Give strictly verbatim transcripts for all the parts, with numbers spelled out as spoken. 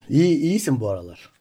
İyi, iyisin bu aralar.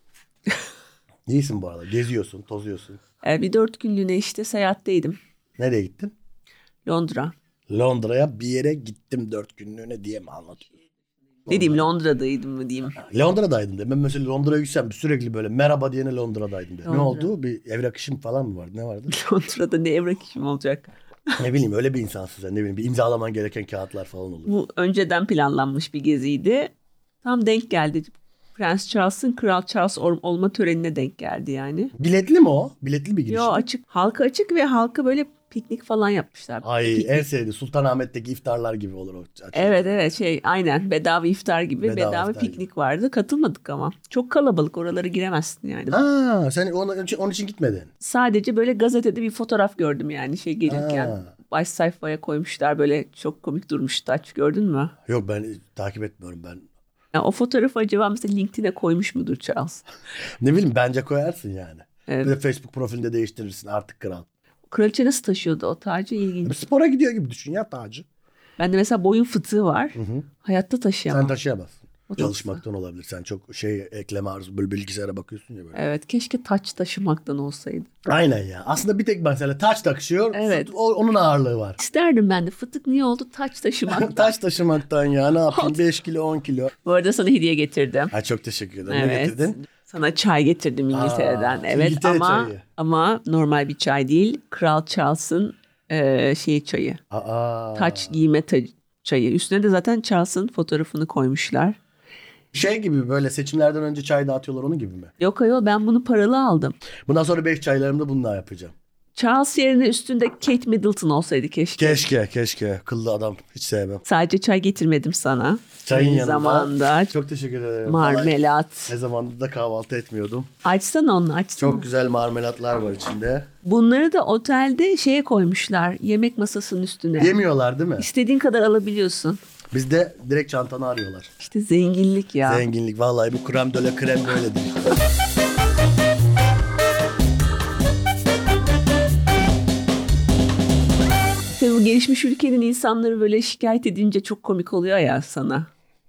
İyisin bu aralar. Geziyorsun, tozuyorsun. E, bir dört günlüğüne işte seyahatteydim. Nereye gittin? Londra. Londra'ya bir yere gittim dört günlüğüne diye mi anlatıyorsun? Ne diyeyim, Londra'daydım mı diyeyim. Londra'daydım de. Ben mesela Londra'ya gitsem sürekli böyle merhaba diyene Londra'daydım de. Londra. Ne oldu? Bir evrak işim falan mı vardı? Ne vardı? Londra'da ne evrak işim olacak? Ne bileyim öyle bir insansın sen. Ne bileyim bir imzalaman gereken kağıtlar falan olur. Bu önceden planlanmış bir geziydi. Tam denk geldi. Prens Charles'ın Kral Charles olma törenine denk geldi yani. Biletli mi o? Biletli bir giriş. Yo, açık. Halka açık ve halka böyle piknik falan yapmışlar. Ay Piknik. en sevdiğim Sultanahmet'teki iftarlar gibi olur o. Açık. Evet evet şey aynen bedava iftar gibi Bedava bedava, iftar piknik gibi. vardı. Katılmadık ama. Çok kalabalık, oralara giremezsin yani. Ha, sen onun için, onun için gitmedin. Sadece böyle gazetede bir fotoğraf gördüm yani şey gelirken. Ha. Baş sayfaya koymuşlar, böyle çok komik durmuş taç, gördün mü? Yok ben takip etmiyorum ben. Yani o fotoğrafı acaba mesela LinkedIn'e koymuş mudur Charles? Ne bileyim bence koyarsın yani. Evet. Bir de Facebook profilinde değiştirirsin artık kral. Kraliçe nasıl taşıyordu o tacı, ilginç. Bir spora gidiyor gibi düşün ya tacı. Bende mesela boyun fıtığı var. Hı hı. Hayatta taşıyamam. Sen taşıyamazsın. O çok Çalışmaktan olabilir. Sen çok şey ekleme arzu böyle bilgisayara bakıyorsun ya böyle. Evet, keşke taç taşımaktan olsaydı. Aynen ya. Aslında bir tek mesela taç takışıyor. Evet. O, onun ağırlığı var. İsterdim ben de, fıtık niye oldu, taç taşımaktan. Taş taşımaktan ya ne yapayım beş kilo on kilo. Bu arada sana hediye getirdim. Ha, çok teşekkür ederim. Ne Evet. getirdin? Sana çay getirdim İngiltere'den. Aa, evet İngiltere ama çayı. ama normal bir çay değil. Kral Charles'ın e, şey çayı. Aa. Taç giyme ta- çayı. Üstüne de zaten Charles'ın fotoğrafını koymuşlar. Şey gibi böyle seçimlerden önce çay dağıtıyorlar onun gibi mi? Yok ayol, ben bunu paralı aldım. Bundan sonra beş çaylarımda bununla yapacağım. Charles yerine üstünde Kate Middleton olsaydı keşke. Keşke keşke. Kıllı adam hiç sevmem. Sadece çay getirmedim sana. Çayın Aynı yanında. zamanda Çok teşekkür ederim. marmelat. Vallahi ne zamandır da kahvaltı etmiyordum. Açsana onu, açsana. Çok güzel marmelatlar var içinde. Bunları da otelde şeye koymuşlar. Yemek masasının üstüne. Yemiyorlar değil mi? İstediğin kadar alabiliyorsun. Bizde direkt çantanı arıyorlar. İşte zenginlik ya. Zenginlik. Vallahi bu krem döle krem böyledir. Tabii bu gelişmiş ülkenin insanları böyle şikayet edince çok komik oluyor ya sana.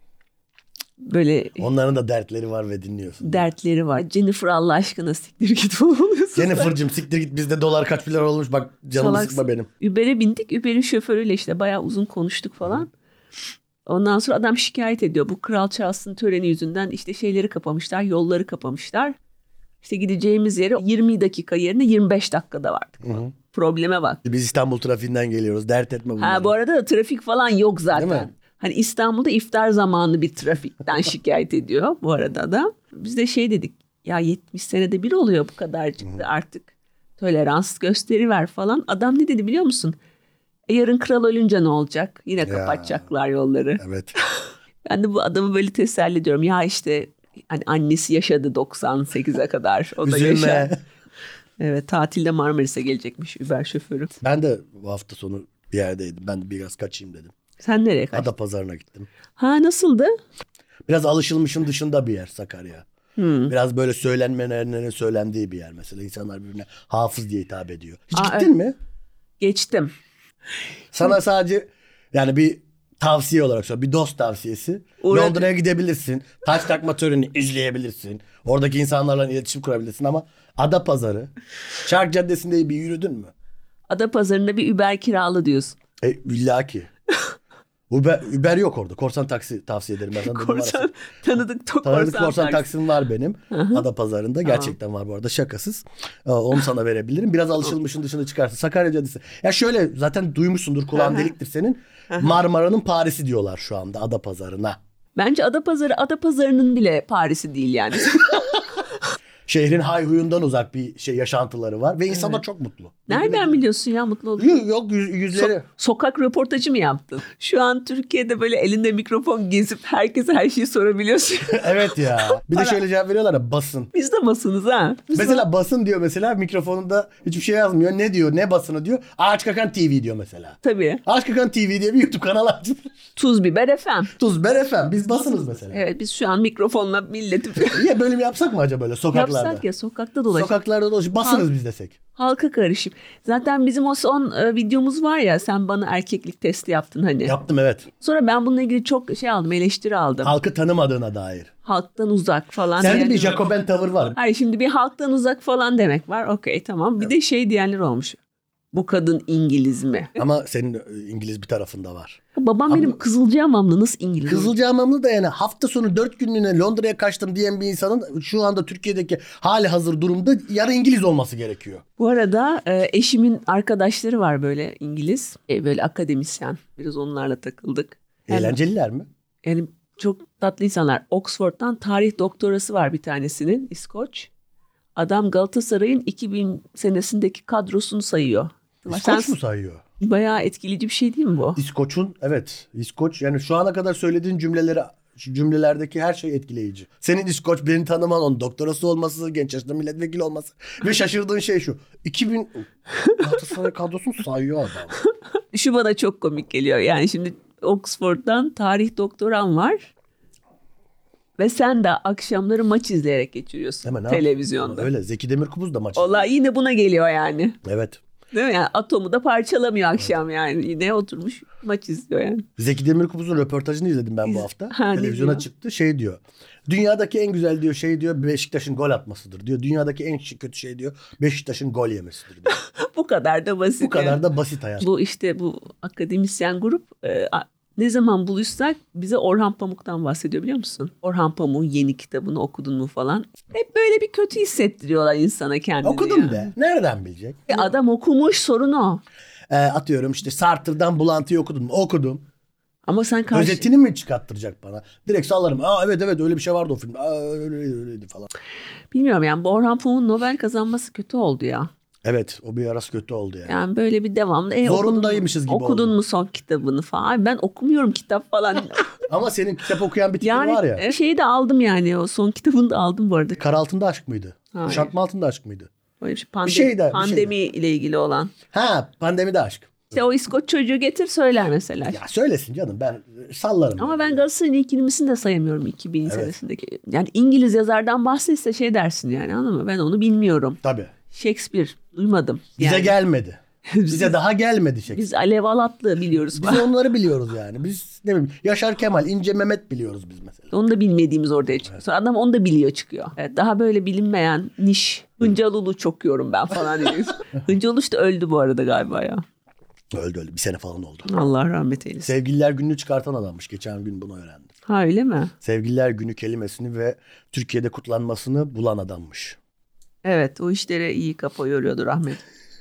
Böyle Onların da dertleri var ve dinliyorsun. dertleri var. Jennifer Allah aşkına siktir git falan oluyorsun. Jennifer'cığım siktir git, bizde dolar kaç milyar olmuş bak canımı Salak. sıkma benim. Uber'e bindik. Uber'in şoförüyle işte bayağı uzun konuştuk falan. Ondan sonra adam şikayet ediyor. Bu Kral Charles'ın töreni yüzünden işte şeyleri kapamışlar, yolları kapamışlar. İşte gideceğimiz yere yirmi dakika yerine yirmi beş dakikada vardık. Hı hı. Probleme bak. Biz İstanbul trafiğinden geliyoruz, dert etme bunları. Ha, bu arada da trafik falan yok Değil mi? zaten. Hani İstanbul'da iftar zamanı bir trafikten şikayet ediyor bu arada da. Biz de şey dedik, ya yetmiş senede bir oluyor bu kadarcık da artık tolerans gösteriver falan. Adam ne dedi biliyor musun? E, yarın kral ölünce ne olacak? Yine kapatacaklar yolları. Evet. Ben de bu adamı böyle teselli ediyorum. Ya işte hani annesi yaşadı doksan sekize kadar. O da Üzülme. yaşar. Evet, tatilde Marmaris'e gelecekmiş Uber şoförü. Ben de bu hafta sonu bir yerdeydim. Ben de biraz kaçayım dedim. Sen nereye kaçtın? Adapazarı'na gittim. Ha, nasıldı? Biraz alışılmışın dışında bir yer Sakarya. Hmm. Biraz böyle söylenmeyenlerin söylendiği bir yer mesela. İnsanlar birbirine hafız diye hitap ediyor. Hiç Aa, gittin evet. mi? Geçtim. Sana sadece yani bir tavsiye olarak söylüyorum. Bir dost tavsiyesi. Uğradı. Londra'ya gidebilirsin. Taç takma törenini izleyebilirsin. Oradaki insanlarla iletişim kurabilirsin ama Adapazarı, Çark Caddesi'nde bir yürüdün mü? Adapazarı'nda bir Uber kiralı diyorsun. E illaki. Uber, Uber yok orada. Korsan taksi tavsiye ederim. Ben sana bir Korsan numarası- tanıdık to- Tanıdık korsan, korsan taksi. taksim var benim. Adapazarı'nda. Gerçekten var bu arada. Şakasız. Ee, Onu sana verebilirim. Biraz alışılmışın dışına çıkarsın. Sakarya Caddesi. Ya şöyle zaten duymuşsundur. Kulağın deliktir senin. Marmara'nın Paris'i diyorlar şu anda Adapazarı'na. Bence Adapazarı Adapazarı'nın bile Paris'i değil yani. Şehrin hayhuyundan uzak bir şey yaşantıları var ve insanlar çok mutlu. Nereden biliyorsun ya mutlu olduğunu? Yok, yok yüz- yüzleri. So- sokak röportajı mı yaptın? Şu an Türkiye'de böyle elinde mikrofon gezip herkese her şeyi sorabiliyorsun. Evet ya. Bir de şöyle cevap veriyorlar ya basın. Biz de basınız ha. Biz Mesela basın diyor mesela mikrofonunda hiçbir şey yazmıyor. Ne diyor? Ne basını diyor? Ağaç Kakan T V diyor mesela. Tabii. Ağaç Kakan T V diye bir YouTube kanalı açtı. Tuz Biber F M. Tuz Ber F M. Biz basınız mesela. Evet, biz şu an mikrofonla milleti... Niye bölüm yapsak mı acaba böyle sokaklarda? dolaşsak ya, sokakta dolaşsak. Sokaklarda dolaşıp basınız Halk, biz desek. Halka karışıp. Zaten bizim o son e, videomuz var ya, sen bana erkeklik testi yaptın hani. Yaptım evet. Sonra ben bununla ilgili çok şey aldım, eleştiri aldım. Halkı tanımadığına dair. Halktan uzak falan. Sende yani, bir Jacoben tavır var. Hayır, şimdi bir halktan uzak falan demek var. Okey, tamam. Bir evet. de şey diyenler olmuş. Bu kadın İngiliz mi? Ama senin İngiliz bir tarafında var. Babam Ama benim Kızılcahamamlı, nasıl İngiliz? Kızılcahamamlı da yani hafta sonu dört günlüğüne Londra'ya kaçtım diyen bir insanın şu anda Türkiye'deki hali hazır durumda yarı İngiliz olması gerekiyor. Bu arada eşimin arkadaşları var böyle İngiliz. Böyle akademisyen. Biraz onlarla takıldık. Eğlenceliler yani, mi? Yani çok tatlı insanlar. Oxford'dan tarih doktorası var bir tanesinin, İskoç. Adam Galatasaray'ın iki bin senesindeki kadrosunu sayıyor. İskoç Sen, mu sayıyor? Bayağı etkileyici bir şey değil mi bu? İskoç'un evet. İskoç yani şu ana kadar söylediğin cümleleri cümlelerdeki her şey etkileyici. Senin İskoç, beni tanıman, onun doktorası olması, genç yaşta milletvekili olması ve şaşırdığın şey şu. iki bin Galatasaray kadrosunu sayıyor adam. Şu bana çok komik geliyor. Yani şimdi Oxford'dan tarih doktoran var. Ve sen de akşamları maç izleyerek geçiriyorsun Hemen televizyonda. Öyle. Zeki Demirkubuz da maç izliyor. Olay yine buna geliyor yani. Evet. Değil mi? Yani atomu da parçalamıyor akşam evet. yani. Yine oturmuş maç izliyor yani. Zeki Demirkubuz'un röportajını izledim ben İz... bu hafta. Ha, televizyona çıktı. Şey diyor. Dünyadaki en güzel diyor şey diyor Beşiktaş'ın gol atmasıdır diyor. Dünyadaki en kötü şey diyor Beşiktaş'ın gol yemesidir diyor. Bu kadar da basit. Bu kadar yani. da basit hayat. Bu işte bu akademisyen grup e, ne zaman buluşsak bize Orhan Pamuk'tan bahsediyor, biliyor musun? Orhan Pamuk'un yeni kitabını okudun mu falan. Hep böyle bir kötü hissettiriyorlar insana kendini. Okudum ya. de. Nereden bilecek? E, adam okumuş, sorun o. E, atıyorum işte Sartre'dan Bulantı'yı okudun mu? Okudum. Ama sen karşı... Özetini mi çıkarttıracak bana? Direkt sallarım. Aa evet evet öyle bir şey vardı o film. Aa öyleydi öyleydi falan. Bilmiyorum yani bu Orhan Pamuk'un Nobel kazanması kötü oldu ya. Evet, o bir arası kötü oldu yani. Yani böyle bir devamlı. E, Zorundaymışız okudun, gibi okudun oldu. mu son kitabını falan? Ben okumuyorum kitap falan. Ama senin kitap okuyan bir tipin yani, var ya. Yani şeyi de aldım yani, o son kitabını da aldım bu arada. Kar altında aşk mıydı? Hayır. Kuşatma altında aşk mıydı? Öyle bir şey. Pandemi, bir şey de, pandemi bir şey de. ile ilgili olan. Ha, pandemide aşk. İşte o İskoç çocuğu getir söyler mesela. Ya söylesin canım, ben sallarım. Ama yani. Ben Galatasaray'ın ilk yirmisini de sayamıyorum iki bin evet. senesindeki. Yani İngiliz yazardan bahsetse şey dersin yani, anladın mı? Ben onu bilmiyorum. Tabii. Shakespeare duymadım. Bize yani. gelmedi. Bize daha gelmedi Shakespeare. Biz Alev Alatlı biliyoruz. Biz onları biliyoruz yani. Biz ne bileyim Yaşar Kemal, İnce Mehmet biliyoruz biz mesela. Onu da bilmediğimiz ortaya çıkıyor. Evet. Sonra adam onu da biliyor çıkıyor. Evet, daha böyle bilinmeyen niş. Hıncal Ulu çok yorum ben falan diyoruz. Hıncal Ulu da öldü bu arada galiba ya. Öldü öldü. Bir sene falan oldu. Allah rahmet eylesin. Sevgililer Günü'nü çıkartan adammış. Geçen gün bunu öğrendim. Ha öyle mi? Sevgililer Günü kelimesini ve Türkiye'de kutlanmasını bulan adammış. Evet, o işlere iyi kafa yoruyordu rahmet.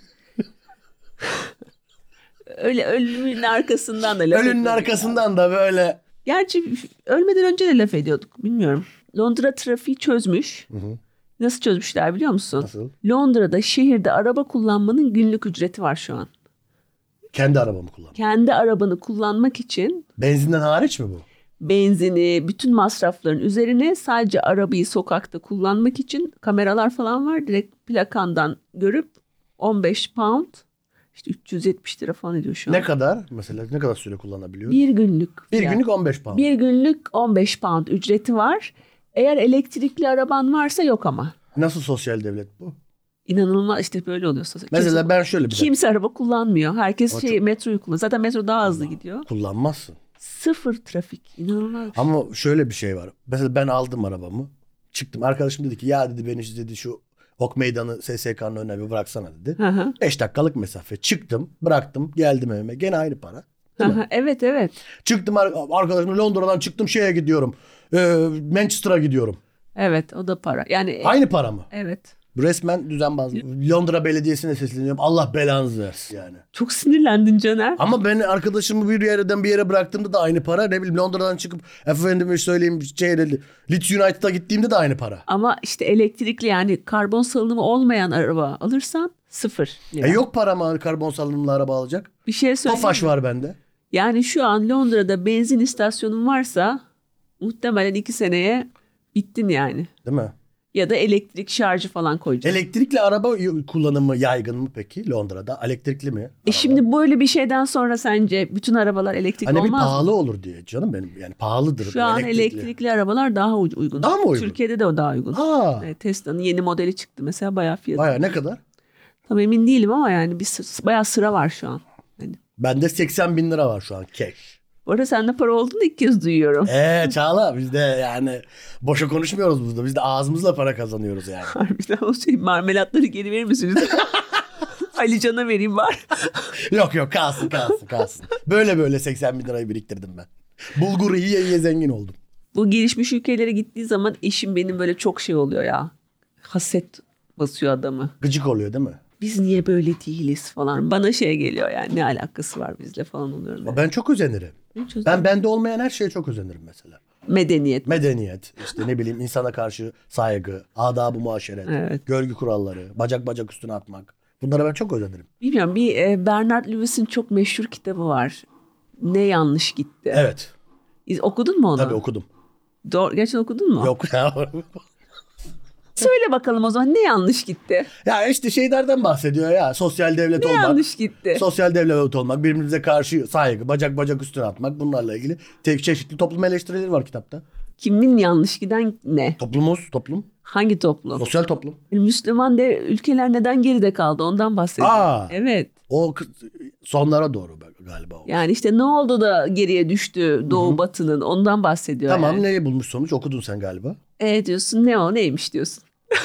Öyle ölümün arkasından da laf Ölünün arkasından ya. da böyle. Gerçi ölmeden önce de laf ediyorduk. Bilmiyorum. Londra trafiği çözmüş. Hı hı. Nasıl çözmüşler biliyor musun? Nasıl? Londra'da şehirde araba kullanmanın günlük ücreti var şu an. Kendi arabamı kullan. Kendi arabanı kullanmak için. Benzinden hariç mi bu? Benzini, bütün masrafların üzerine sadece arabayı sokakta kullanmak için kameralar falan var. Direkt plakandan görüp on beş pound, işte üç yüz yetmiş lira falan ediyor şu an. Ne kadar? Mesela ne kadar süre kullanabiliyor? Bir günlük. Bir yani. günlük on beş pound. Bir günlük on beş pound ücreti var. Eğer elektrikli araban varsa yok ama. Nasıl sosyal devlet bu? İnanılmaz işte böyle oluyor. Mesela kimse, ben şöyle bir Kimse de. araba kullanmıyor. Herkes Ama şey çok... metroyu kullanıyor. Zaten metro daha hızlı Ama gidiyor. Kullanmazsın. Sıfır trafik. İnanılmaz. Ama şöyle bir şey var. Mesela ben aldım arabamı. Çıktım. Arkadaşım dedi ki ya dedi beni dedi şu Ok Meydanı S S K'nın önüne bir bıraksana dedi. beş dakikalık mesafe. Çıktım. Bıraktım. Geldim evime. Gene aynı para. Evet evet. Çıktım arkadaşımla Londra'dan çıktım şeye gidiyorum. Ee, Manchester'a gidiyorum. Evet o da para. Yani aynı para mı? Evet. Resmen düzenbazlık. Londra Belediyesi'ne sesleniyorum. Allah belanızı versin yani. Çok sinirlendin Caner. Ama ben arkadaşımı bir yerden bir yere bıraktığımda da aynı para. Ne bileyim Londra'dan çıkıp efendime söyleyeyim şey dedi. Leeds United'a gittiğimde de aynı para. Ama işte elektrikli yani karbon salınımı olmayan araba alırsan sıfır lira. E yok para mı karbon salınımlı araba alacak? Bir şey söyleyeyim. Tofaş var bende. Yani şu an Londra'da benzin istasyonun varsa muhtemelen iki seneye bittin yani. Değil mi? Ya da elektrik şarjı falan koyacağız. Elektrikli araba kullanımı yaygın mı peki Londra'da? Elektrikli mi? E şimdi böyle bir şeyden sonra sence bütün arabalar elektrikli hani olmaz mı? Hani bir pahalı olur diye canım benim. Yani pahalıdır. Şu an elektrikli. elektrikli arabalar daha uygun. Daha mı uygun? Türkiye'de de o daha uygun. Aa. Evet, Tesla'nın yeni modeli çıktı mesela bayağı fiyatı. Bayağı ne kadar? Tam emin değilim ama yani bir sı- bayağı sıra var şu an. Yani. Bende seksen bin lira var şu an cash. Bu arada sende para olduğunu ilk kez duyuyorum. Eee Çağla biz de yani boşa konuşmuyoruz burada. Biz de ağzımızla para kazanıyoruz yani. Harbiden o şey marmelatları geri verir misiniz? Ali Can'a vereyim var. Yok yok kalsın kalsın kalsın. Böyle böyle seksen bin lirayı biriktirdim ben. Bulgur yiye yiye zengin oldum. Bu gelişmiş ülkelere gittiği zaman eşim benim böyle çok şey oluyor ya. Haset basıyor adamı. Gıcık oluyor değil mi? Biz niye böyle değiliz falan. Bana şey geliyor yani ne alakası var bizle falan oluyorum. Yani. Ben çok özenirim. Hiç ben bende olmayan her şeye çok özenirim mesela. Medeniyet. Medeniyet, işte ne bileyim insana karşı saygı, adab-ı muaşeret, evet. görgü kuralları, bacak bacak üstüne atmak. Bunlara ben çok özenirim. Bilmiyorum bir e, Bernard Lewis'in çok meşhur kitabı var. Ne yanlış gitti. Evet. İz, okudun mu onu? Tabii okudum. Doğru, gerçekten okudun mu? Yok ya. Söyle bakalım o zaman ne yanlış gitti? Ya işte şeylerden bahsediyor ya. Sosyal devlet ne olmak. Ne yanlış gitti? Sosyal devlet olmak, birbirimize karşı saygı, bacak bacak üstüne atmak. Bunlarla ilgili tek çeşitli toplum eleştirileri var kitapta. Kimin yanlış giden ne? Toplumuz, toplum. Hangi toplum? Sosyal toplum. Müslüman de ülkeler neden geride kaldı ondan bahsediyor. Aa, evet. O sonlara doğru galiba. O. Yani işte ne oldu da geriye düştü Doğu Hı-hı. Batı'nın ondan bahsediyor. Tamam yani. neyi bulmuş sonuç okudun sen galiba. E diyorsun ne o neymiş diyorsun.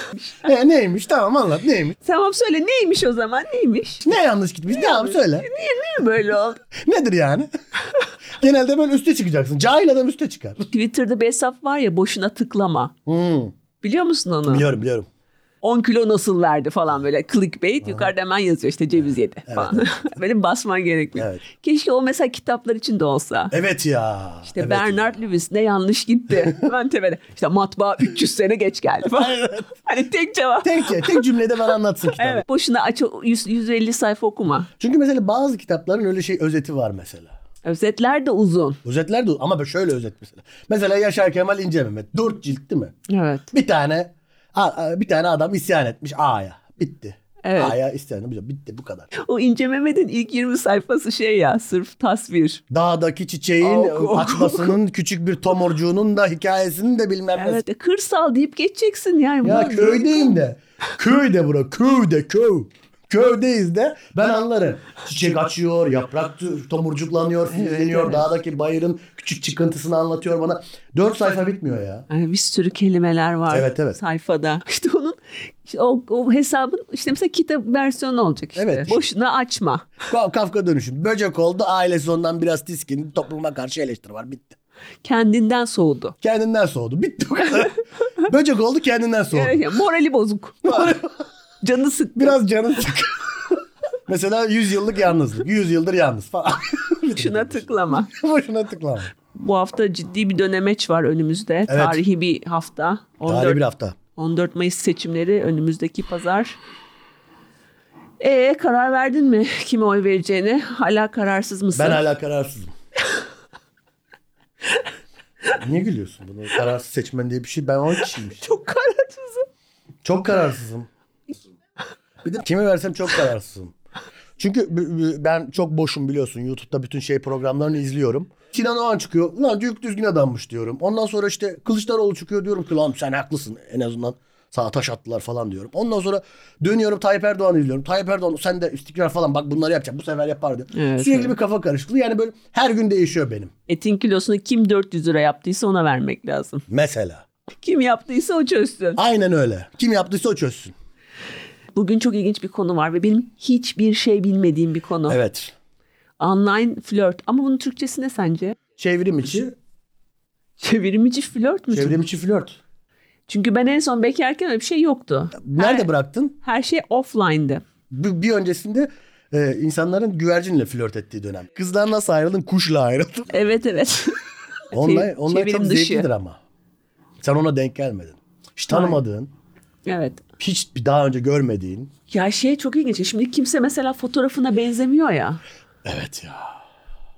e, neymiş tamam anlat neymiş. Tamam söyle neymiş o zaman neymiş. Ne yanlış gitmiş ne tamam söyle. Niye, niye böyle oldu? Nedir yani? Genelde böyle üste çıkacaksın. Cahil adam üste çıkar. Twitter'da bir hesap var ya boşuna tıklama. Hmm. Biliyor musun onu? Biliyorum biliyorum. on kilo nasıl verdi falan böyle clickbait. Aha. Yukarıda hemen yazıyor işte ceviz yedi evet, falan. Evet. Benim basman gerekmiyor. Evet. Keşke o mesela kitaplar için de olsa. Evet ya. İşte evet Bernard ya. Lewis ne yanlış gitti. Hemen tepede. İşte matbaa üç yüz sene geç geldi falan. Evet. Hani tek cevap. Tek, tek cümlede bana anlatsın kitabı. Evet. Boşuna aç yüz, yüz elli sayfa okuma. Çünkü mesela bazı kitapların öyle şey özeti var mesela. Özetler de uzun. Özetler de ama şöyle özet mesela. Mesela Yaşar Kemal İnce Mehmet. Dört cilt değil mi? Evet. Bir tane bir tane adam isyan etmiş A'ya. Bitti. Evet. A'ya isyan etmiş. Bitti bu kadar. O İnce Mehmet'in ilk yirmi sayfası şey ya sırf tasvir. Dağdaki çiçeğin ok, ok, açmasının ok. Küçük bir tomurcuğunun da hikayesini de bilmem ne. Evet. Kırsal deyip geçeceksin yani. Ya köydeyim de. Köyde bura. Köyde köy. Köydeyiz de ben anlarım. Çiçek açıyor, yaprak tomurcuklanıyor, filizleniyor. Evet, evet. Dağdaki bayırın küçük çıkıntısını anlatıyor bana. Dört sayfa bitmiyor ya. Yani bir sürü kelimeler var evet, evet. sayfada. İşte onun işte o, o hesabın işte mesela kitap versiyonu olacak işte. Evet. Boşuna açma. Kafka dönüşüm. Böcek oldu, ailesi ondan biraz tiskin, topluma karşı eleştiri var, bitti. Kendinden soğudu. Kendinden soğudu, bitti bu kadar. Böcek oldu, kendinden soğudu. Evet, morali bozuk. Canı sık. Biraz canı sık. Mesela yüz yıllık yalnızlık. yüz yıldır yalnız falan. Şuna tıklama. Boşuna tıklama. Bu hafta ciddi bir dönemeç var önümüzde. Evet. Tarihi bir hafta. on dört, Tarihi bir hafta. on dört Mayıs seçimleri önümüzdeki pazar. Ee karar verdin mi kime oy vereceğini? Hala kararsız mısın? Ben hala kararsızım. Niye gülüyorsun bunu? Kararsız seçmen diye bir şey. Ben on kişiymiş. Çok kararsızım. Çok kararsızım. Bir de kime versem çok kararsızım. Çünkü ben çok boşum biliyorsun. YouTube'da bütün şey programlarını izliyorum. Sinan Oğan çıkıyor. Ulan büyük düzgün adammış diyorum. Ondan sonra işte Kılıçdaroğlu çıkıyor diyorum ki lan sen haklısın. En azından sağa taş attılar falan diyorum. Ondan sonra dönüyorum Tayyip Erdoğan'ı izliyorum. Tayyip Erdoğan sen de istikrar falan bak bunları yapacak. Bu sefer yapar diyor. Evet, Sürekli evet. bir kafa karışıklığı. Yani böyle her gün değişiyor benim. Etin kilosunu kim dört yüz lira yaptıysa ona vermek lazım. Mesela. Kim yaptıysa o çözsün. Aynen öyle. Kim yaptıysa o çözsün. Bugün çok ilginç bir konu var ve benim hiçbir şey bilmediğim bir konu. Evet. Online flört. Ama bunun Türkçesi ne sence? Çevrim içi. Çevrim içi flört mü? Çevrim içi flört. Çünkü ben en son bekarken öyle bir şey yoktu. Nerede her, bıraktın? Her şey offline'dı. Bir, bir öncesinde e, insanların güvercinle flört ettiği dönem. Kızdan nasıl ayrıldın? Kuşla ayrıldın. Evet evet. onlar onlar çok zevklidir ama. Sen ona denk gelmedin. Hiç tanımadığın. Evet. Hiç bir daha önce görmediğin. Ya şey çok ilginç. Şimdi kimse mesela fotoğrafına benzemiyor ya. Evet ya.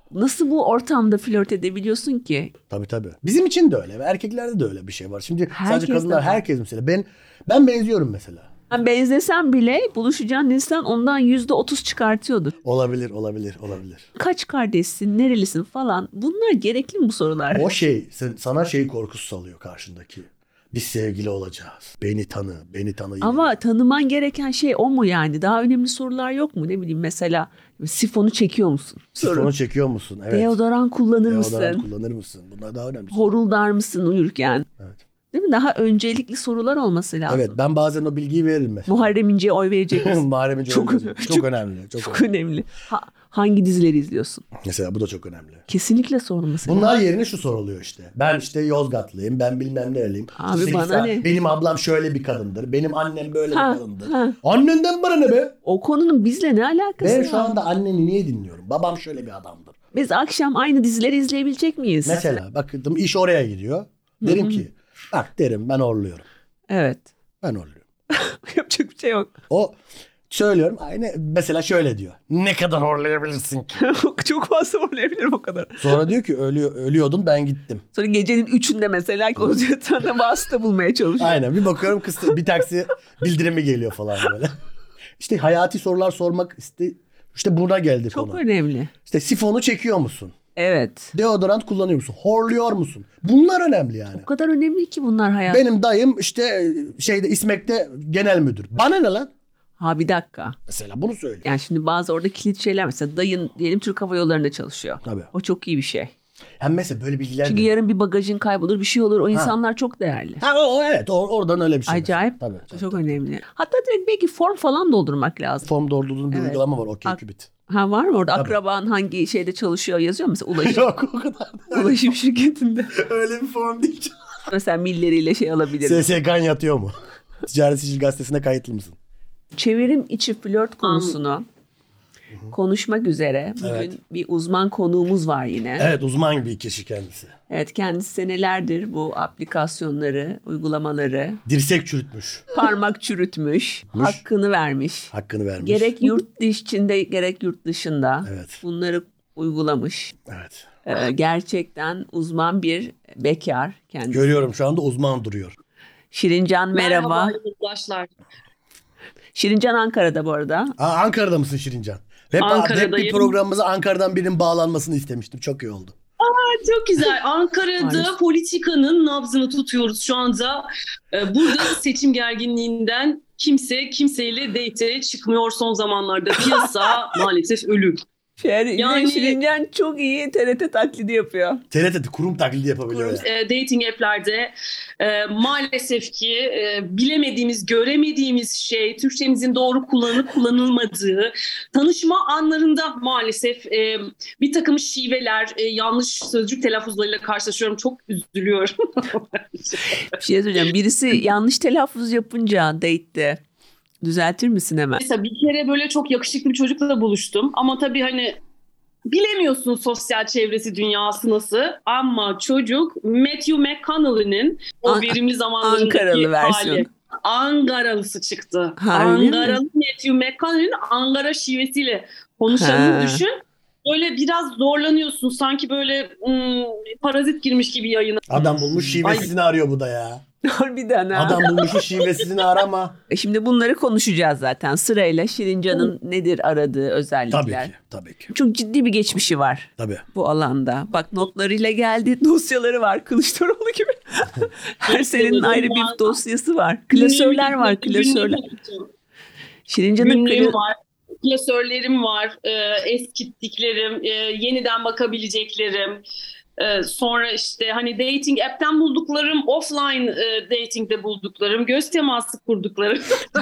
Nasıl bu ortamda flört edebiliyorsun ki? Tabii tabii. Bizim için de öyle. Erkeklerde de öyle bir şey var. Şimdi Herkes sadece kadınlar, de var. herkes mesela. Ben ben benziyorum mesela. Yani benzesen bile buluşacağın insan ondan yüzde otuz çıkartıyordur. Olabilir, olabilir, olabilir. Kaç kardeşsin, nerelisin falan. Bunlar gerekli mi bu sorular? O şey sen- sana şey korkusu salıyor karşındaki. Biz sevgili olacağız. Beni tanı, beni tanı. Ama tanıman gereken şey o mu yani? Daha önemli sorular yok mu? Ne bileyim mesela sifonu çekiyor musun? Sifonu çekiyor musun? Evet. Deodoran kullanır Deodoran mısın? kullanır mısın? Bunlar daha önemli. Horuldar mısın uyurken? Evet. Değil mi? Daha öncelikli sorular olması lazım. Evet, ben bazen o bilgiyi veririm mesela. Muharrem İnce'ye oy verecek misin? Muharrem İnce Çok çok, önemli. çok önemli. Çok, Çok önemli. önemli. Ha, hangi dizileri izliyorsun? Mesela bu da çok önemli. Kesinlikle sorması lazım. Bunlar yerine şu soruluyor işte. Ben işte Yozgatlıyım, ben bilmem nereliyim. Abi sekiz bana saat- ne? Benim ablam şöyle bir kadındır, benim annem böyle Ha, bir kadındır. ha. Annenden bana ne be? O konunun bizle ne alakası Ben var? şu anda anneni niye dinliyorum? Babam şöyle bir adamdır. Biz akşam aynı dizileri izleyebilecek miyiz? Mesela bakın iş oraya gidiyor. Derim ki bak derim ben horluyorum. Evet. Ben horluyorum. Yapacak bir şey yok. O söylüyorum aynı mesela şöyle diyor. Ne kadar horlayabilirsin ki? Çok fazla olabilirim o kadar. Sonra diyor ki ölüyor, ölüyordun ben gittim. Sonra gecenin üçünde mesela konuşuyorsan vasıta bulmaya çalışıyor. Aynen bir bakıyorum kız bir taksi bildirimi geliyor falan böyle. İşte hayati sorular sormak işte işte buna geldi Çok konu. önemli. İşte sifonu çekiyor musun? Evet. Deodorant kullanıyor musun? Horluyor musun? Bunlar önemli yani. O kadar önemli ki bunlar hayat. Benim dayım işte şeyde İSMEK'te genel müdür. Bana ne lan? Ha bir dakika. Mesela bunu söylüyor. Yani şimdi bazı orada kilit şeyler mesela dayın diyelim Türk Hava Yolları'nda çalışıyor. Tabii. O çok iyi bir şey. Hem mesela böyle bilgiler Çünkü de- yarın bir bagajın kaybolur bir şey olur. O insanlar çok değerli. Ha o, o evet o, oradan öyle bir şey. Acayip. mesela. Tabii, tabii. Çok önemli. Hatta direkt belki form falan doldurmak lazım. Form doldurduğun bir Evet. uygulama var. Okey Ak- Kübit. Ha var mı orada? Tabii. Akraban hangi şeyde çalışıyor yazıyor mesela ulaşım, Yok o kadar. ulaşım şirketinde. Öyle bir form değil. Mesela milleriyle şey alabilir. S S K'n yatıyor mu? Ticaret Sicil Gazetesi'ne kayıtlı mısın? Çevirim içi flört konusunu konuşmak üzere bugün Evet. bir uzman konuğumuz var yine. Evet uzman bir kişi kendisi. Evet kendisi senelerdir bu aplikasyonları, uygulamaları Dirsek çürütmüş. parmak çürütmüş, hakkını vermiş. Hakkını vermiş. Gerek yurt içinde gerek yurt dışında Evet. bunları uygulamış. Evet. Ee, gerçekten uzman bir bekar kendisi. Görüyorum şu anda uzman duruyor. Şirincan merhaba. Merhaba arkadaşlar. Şirincan Ankara'da bu arada. Aa, Ankara'da mısın Şirincan? Hep, hep bir Ankara'dayım. programımıza Ankara'dan birinin bağlanmasını istemiştim. Çok iyi oldu. Çok güzel. Ankara'da Maalesef. politikanın nabzını tutuyoruz şu anda. Ee, Burada seçim gerginliğinden kimse kimseyle date'e çıkmıyor son zamanlarda. Piyasa maalesef ölü. Şer, Yani- Şirincan çok iyi T R T taklidi yapıyor. T R T kurum taklidi yapabiliyor ya. E, dating app'lerde e, maalesef ki e, bilemediğimiz, göremediğimiz şey, Türkçemizin doğru kullanılıp kullanılmadığı, tanışma anlarında maalesef e, bir takım şiveler, e, yanlış sözcük telaffuzlarıyla karşılaşıyorum. Çok üzülüyorum. Bir şey söyleyeceğim. Birisi yanlış telaffuz yapınca date'te düzeltir misin hemen? Mesela bir kere böyle çok yakışıklı bir çocukla buluştum ama tabii hani bilemiyorsun sosyal çevresi dünyası nasıl ama çocuk Matthew McConaughey'nin o An- verimli zamanlarındaki Ankaralı versiyon. hali. Angaralısı çıktı. Ha, öyle mi? Angaralı Matthew McConaughey'nin Ankara şivesiyle konuşanını Ha. düşün. Böyle biraz zorlanıyorsun sanki böyle ım, parazit girmiş gibi yayına. Adam bulmuş şivesizini arıyor bu da ya. Harbiden ha. Adam bulmuşun şivesizini arama. E Şimdi bunları konuşacağız zaten sırayla. Şirincan'ın nedir aradığı Tabii özellikler. ki. Tabii ki. Çok ciddi bir geçmişi var Tabii. bu alanda. Bak notlarıyla geldi, dosyaları var Kılıçdaroğlu gibi. Her senenin ayrı bir dosyası var. Klasörler var, klasörler. Şirincan'ın Günlüğüm kla- var. Klasörlerim var. E, eskittiklerim, e, yeniden bakabileceklerim. E, sonra işte hani dating app'ten bulduklarım, offline e, dating'de bulduklarım, göz teması kurduklarım,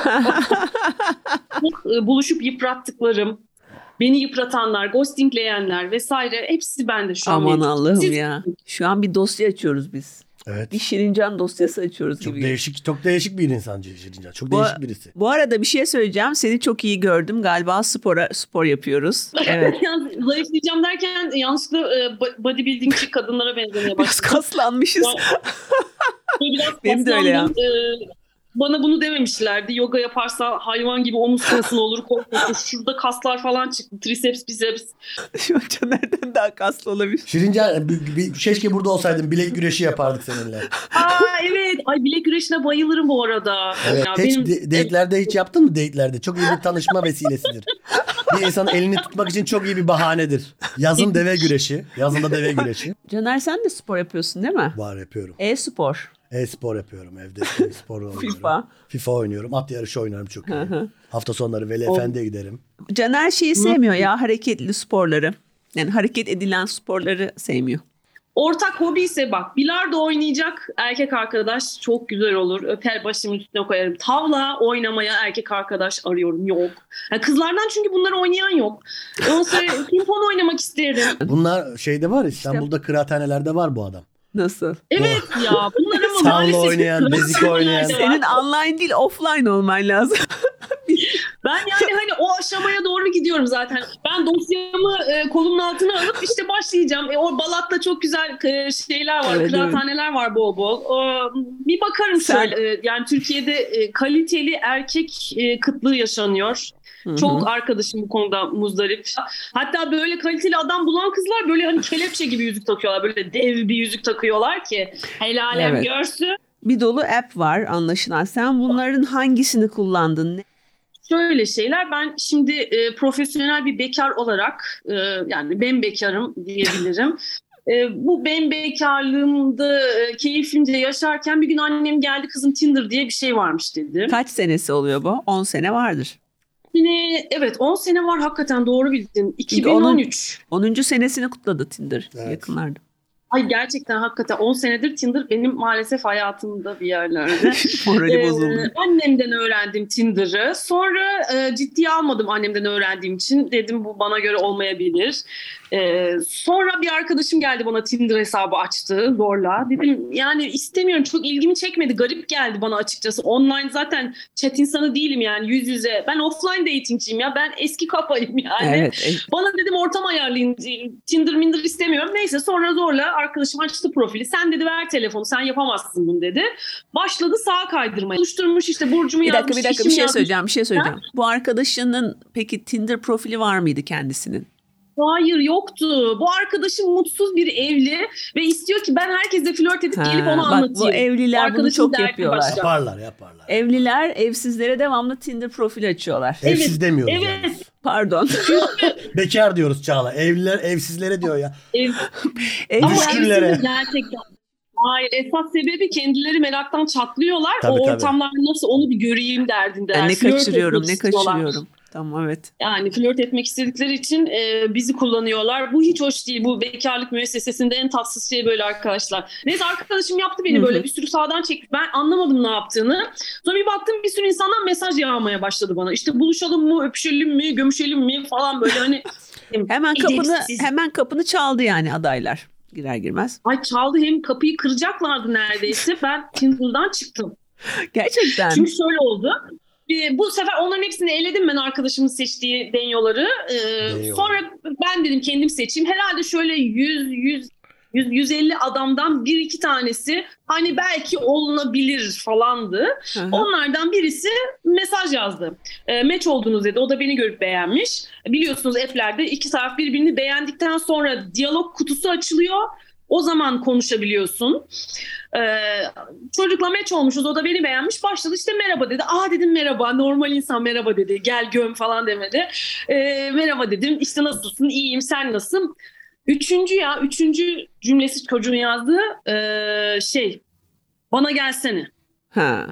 e, buluşup yıprattıklarım, beni yıpratanlar, ghostingleyenler vesaire hepsi bende şu an. Aman mevcut. Allah'ım Siz- ya. Şu an bir dosya açıyoruz biz. Evet. Bir Şirincan dosyası açıyoruz Çok gibi. değişik, çok değişik bir insan Şirincan. Çok Bu- değişik birisi. Bu arada bir şey söyleyeceğim. Seni çok iyi gördüm. Galiba spora spor yapıyoruz. Evet. Yani zayıflayacağım derken yanlışlıkla e, bo- bodybuildingçi kadınlara benzemeye Biraz başladım. kaslanmışız. Biraz Benim de öyle ya. kaslandım. E, bana bunu dememişlerdi. Yoga yaparsa hayvan gibi omuz kasın olur. Korkmasın. Şurada kaslar falan çıktı. Triceps, biceps. Şu an Caner'den daha kaslı olabilir. Şirince bir, bir, keşke burada olsaydın. Bilek güreşi yapardık seninle. Aa evet. Ay bilek güreşine bayılırım bu arada. Evet. Ya Hiç benim... de- date'lerde hiç yaptın mı date'lerde? Çok iyi bir tanışma vesilesidir. Bir insanın elini tutmak için çok iyi bir bahanedir. Yazın deve güreşi. Yazın da deve güreşi. Caner sen de spor yapıyorsun değil mi? Var yapıyorum. E-spor. E-spor yapıyorum evde. E-spor oynuyorum. FIFA. FIFA oynuyorum. At yarışı oynarım çok iyi. Hafta sonları Veli O- Efendi'ye giderim. Caner şeyi sevmiyor ya, hareketli sporları. Yani hareket edilen sporları sevmiyor. Ortak hobi ise bak bilardo oynayacak erkek arkadaş çok güzel olur. Öper başımın üstüne koyarım. Tavla oynamaya erkek arkadaş arıyorum. Yok. Yani kızlardan çünkü bunları oynayan yok. Ondan sonra pimpon oynamak isterim. Bunlar şeyde var, İstanbul'da kıraathanelerde var bu adam. Nasıl? Evet ya bunlar ama Tavla maalesef. oynayan, bezik oynayan. Senin online değil offline olman lazım. Ben yani hani o aşamaya doğru gidiyorum zaten. Ben dosyamı e, kolumun altına alıp işte başlayacağım. E, o Balat'ta çok güzel e, şeyler var, Evet, kıraathaneler var bol bol. O, bir bakarım Sen- şöyle. E, yani Türkiye'de e, kaliteli erkek e, kıtlığı yaşanıyor. Hı-hı. Çok arkadaşım bu konuda muzdarip. Hatta böyle kaliteli adam bulan kızlar böyle hani kelepçe gibi yüzük takıyorlar. Böyle dev bir yüzük takıyorlar ki el alem Evet. görsün. Bir dolu app var anlaşılan. Sen bunların hangisini kullandın? Ne? Şöyle şeyler ben şimdi e, profesyonel bir bekar olarak e, yani ben bekarım diyebilirim. E, bu ben bekarlığımda e, keyifimce yaşarken bir gün annem geldi kızım Tinder diye bir şey varmış dedi. Kaç senesi oluyor bu? on sene vardır. Yine evet on sene var hakikaten doğru bildin. Çünkü iki bin on üç. onuncu senesini kutladı Tinder Evet. yakınlarda. Ay gerçekten hakikaten on senedir Tinder benim maalesef hayatımda bir yerlerde. Morali Ee, bozuldu. annemden öğrendim Tinder'ı. Sonra e, ciddiye almadım annemden öğrendiğim için. Dedim bu bana göre olmayabilir. Ee, sonra bir arkadaşım geldi bana Tinder hesabı açtı zorla. Dedim yani istemiyorum çok ilgimi çekmedi. Garip geldi bana açıkçası. Online zaten chat insanı değilim yani yüz yüze. Ben offline datingciyim ya. Ben eski kafayım yani. Evet. e- Bana dedim ortam ayarlayın. Tinder minder istemiyorum. Neyse sonra zorla arkadaşım açtı profili. Sen dedi ver telefonu sen yapamazsın bunu dedi. Başladı sağa kaydırmaya. Oluşturmuş işte burcumu Bir yazmış. dakika bir dakika bir işimi şey yazmış. söyleyeceğim bir şey söyleyeceğim. Bu arkadaşının peki Tinder profili var mıydı kendisinin? Hayır yoktu. Bu arkadaşım mutsuz bir evli ve istiyor ki ben herkesle flört edip Ha, gelip onu bak anlatayım. bu evliler bunu Arkadaşım çok derdi yapıyorlar. başka. Yaparlar yaparlar. Evliler evsizlere devamlı Tinder profili açıyorlar. Evsiz Evet, demiyoruz evet. yani. Pardon. Bekar diyoruz Çağla. Evliler evsizlere diyor ya. Ev... Evliler- Ama Düşkünlere. evsiz gerçekten. Hayır esas sebebi kendileri meraktan çatlıyorlar. Tabii, o tabii. ortamlar nasıl onu bir göreyim derdindeler. Yani ne Flört kaçırıyorum etmek ne istiyorlar. kaçırıyorum. Tamam evet. Yani flört etmek istedikleri için e, bizi kullanıyorlar. Bu hiç hoş değil. Bu bekarlık müessesesinde en tatsız şey böyle arkadaşlar. Neyse arkadaşım yaptı beni Hı hı. böyle bir sürü sağdan çekti. Ben anlamadım ne yaptığını. Sonra bir baktım bir sürü insandan mesaj yağmaya başladı bana. İşte buluşalım mı, öpüşelim mi, gömüşelim mi falan böyle hani. Hemen kapını edepsiz. hemen kapını çaldı yani adaylar girer girmez. Ay çaldı hem kapıyı kıracaklardı neredeyse. Ben Tinder'dan çıktım. Gerçekten. Çünkü şöyle oldu. Bir- Bu sefer onların hepsini eledim ben arkadaşımın seçtiği denyoları. Ee, Denyo. sonra ben dedim kendim seçeyim. Herhalde şöyle yüz yüz yüz yüz elli adamdan bir iki tanesi hani belki olunabilir falandı. Hı hı. Onlardan birisi mesaj yazdı. E, match oldunuz dedi. O da beni görüp beğenmiş. Biliyorsunuz app'lerde iki taraf birbirini beğendikten sonra diyalog kutusu açılıyor. O zaman konuşabiliyorsun. Ee, çocukla match olmuşuz. O da beni beğenmiş. Başladı işte merhaba dedi. Aa dedim merhaba. Normal insan merhaba dedi. Gel göm falan demedi. Ee, merhaba dedim. İşte nasılsın? İyiyim. Sen nasılsın? Üçüncü ya. Üçüncü cümlesi çocuğun yazdığı ee, şey. Bana gelsene. Ha.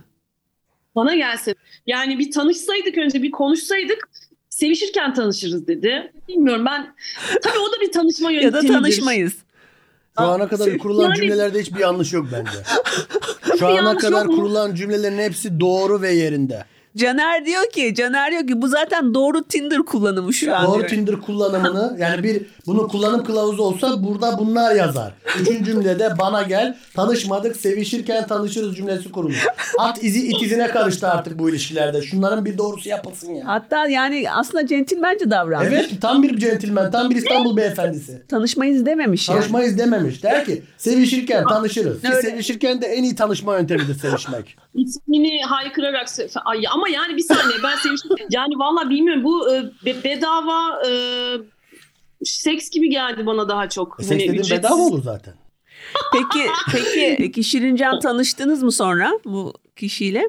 Bana gelsene. Yani bir tanışsaydık önce bir konuşsaydık sevişirken tanışırız dedi. Bilmiyorum ben. Tabii o da bir tanışma Ya yöntemidir. da tanışmayız. Şu ana kadar kurulan Yani- cümlelerde hiçbir yanlış yok bence. Şu Bir ana yanlış kadar yok mu? kurulan cümlelerin hepsi doğru ve yerinde. Caner diyor ki, Caner diyor ki bu zaten doğru Tinder kullanımı şu an. Doğru diyor. Tinder kullanımını yani bir bunun kullanım kılavuzu olsa burada bunlar yazar. Üçüncü cümlede bana gel, tanışmadık, sevişirken tanışırız cümlesi kurulur. At izi it izine karıştı artık bu ilişkilerde. Şunların bir doğrusu yapılsın ya. Hatta yani aslında centilmence davranmış. Evet, tam bir centilmen, tam bir İstanbul beyefendisi. Tanışmayız dememiş yani. Tanışmayız dememiş. Der ki sevişirken tanışırız. Ki Öyle. sevişirken de en iyi tanışma yöntemidir sevişmek. İsmini haykırarak ay, ama yani bir saniye ben seviştim. Yani vallahi bilmiyorum bu e, be- bedava e, seks gibi geldi bana daha çok. E, Hani seks dediğin ücretsiz. bedava olur zaten. Peki, peki, peki Şirincan tanıştınız mı sonra bu kişiyle?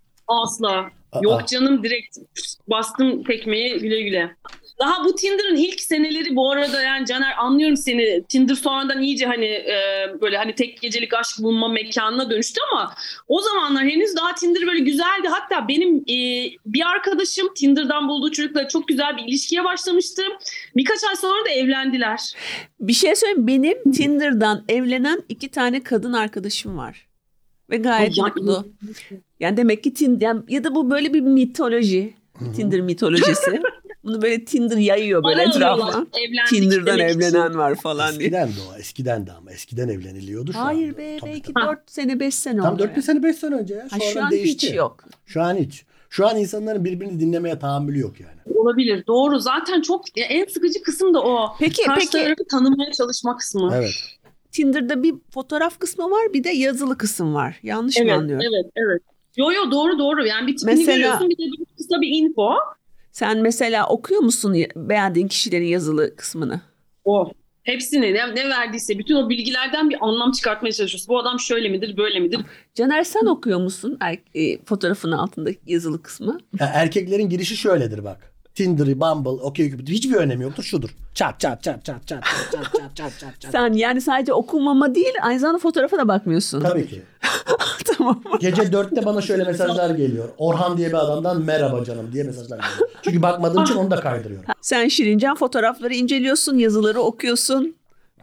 Asla. Aa. Yok canım, direkt bastım tekmeyi, güle güle. Daha bu Tinder'ın ilk seneleri bu arada, yani Caner anlıyorum seni. Tinder sonradan iyice hani e, böyle hani tek gecelik aşk bulma mekanına dönüştü ama o zamanlar henüz daha Tinder böyle güzeldi. Hatta benim e, bir arkadaşım Tinder'dan bulduğu çocukla çok güzel bir ilişkiye başlamıştı. Birkaç ay sonra da evlendiler. Bir şey söyleyeyim, benim Tinder'dan evlenen iki tane kadın arkadaşım var. Ve gayet Ay, mutlu. Yani demek ki Tinder yani, ya da bu böyle bir mitoloji. Tinder mitolojisi. Bunu böyle Tinder yayıyor böyle Para etrafa. alıyorlar, evlendik Tinder'dan demek için. evlenen var falan diye. Eskiden de o. Eskiden de ama. Eskiden evleniliyordu şu an. Hayır be, Tabii, belki tabii. dört sene beş sene Tam oldu. dört beş sene beş sene önce ya. Ha, Şu, şu an an değişti. hiç yok. Şu an hiç. Şu an insanların birbirini dinlemeye tahammülü yok yani. Olabilir, doğru. Zaten çok ya, en sıkıcı kısım da o. Peki, Karşı peki. tarafı tanımaya çalışma kısmı. Evet. Tinder'da bir fotoğraf kısmı var, bir de yazılı kısım var. Yanlış mı Evet, anlıyorum? evet, evet. Yo yo, doğru doğru. Yani bir tipini Mesela- görüyorsun, bir de bir kısa bir info. Sen mesela okuyor musun beğendiğin kişilerin yazılı kısmını? O. Hepsini ne, ne verdiyse bütün o bilgilerden bir anlam çıkartmaya çalışıyorsun. Bu adam şöyle midir, böyle midir? Caner sen okuyor musun er, e, fotoğrafın altındaki yazılı kısmı? Ya erkeklerin girişi şöyledir bak. Tinder'ı, Bumble, OkCupid hiçbir önemi yoktur. Şudur. Çat çat çat çat çat çat çat çat çat çat. Sen yani sadece okumama değil, aynı zamanda fotoğrafa da bakmıyorsun. Tabii ki. Tamam. Gece dörtte bana şöyle mesajlar geliyor. Orhan diye bir adamdan merhaba canım diye mesajlar geliyor. Çünkü bakmadığım için onu da kaydırıyorum. Sen Şirincan fotoğrafları inceliyorsun, yazıları okuyorsun.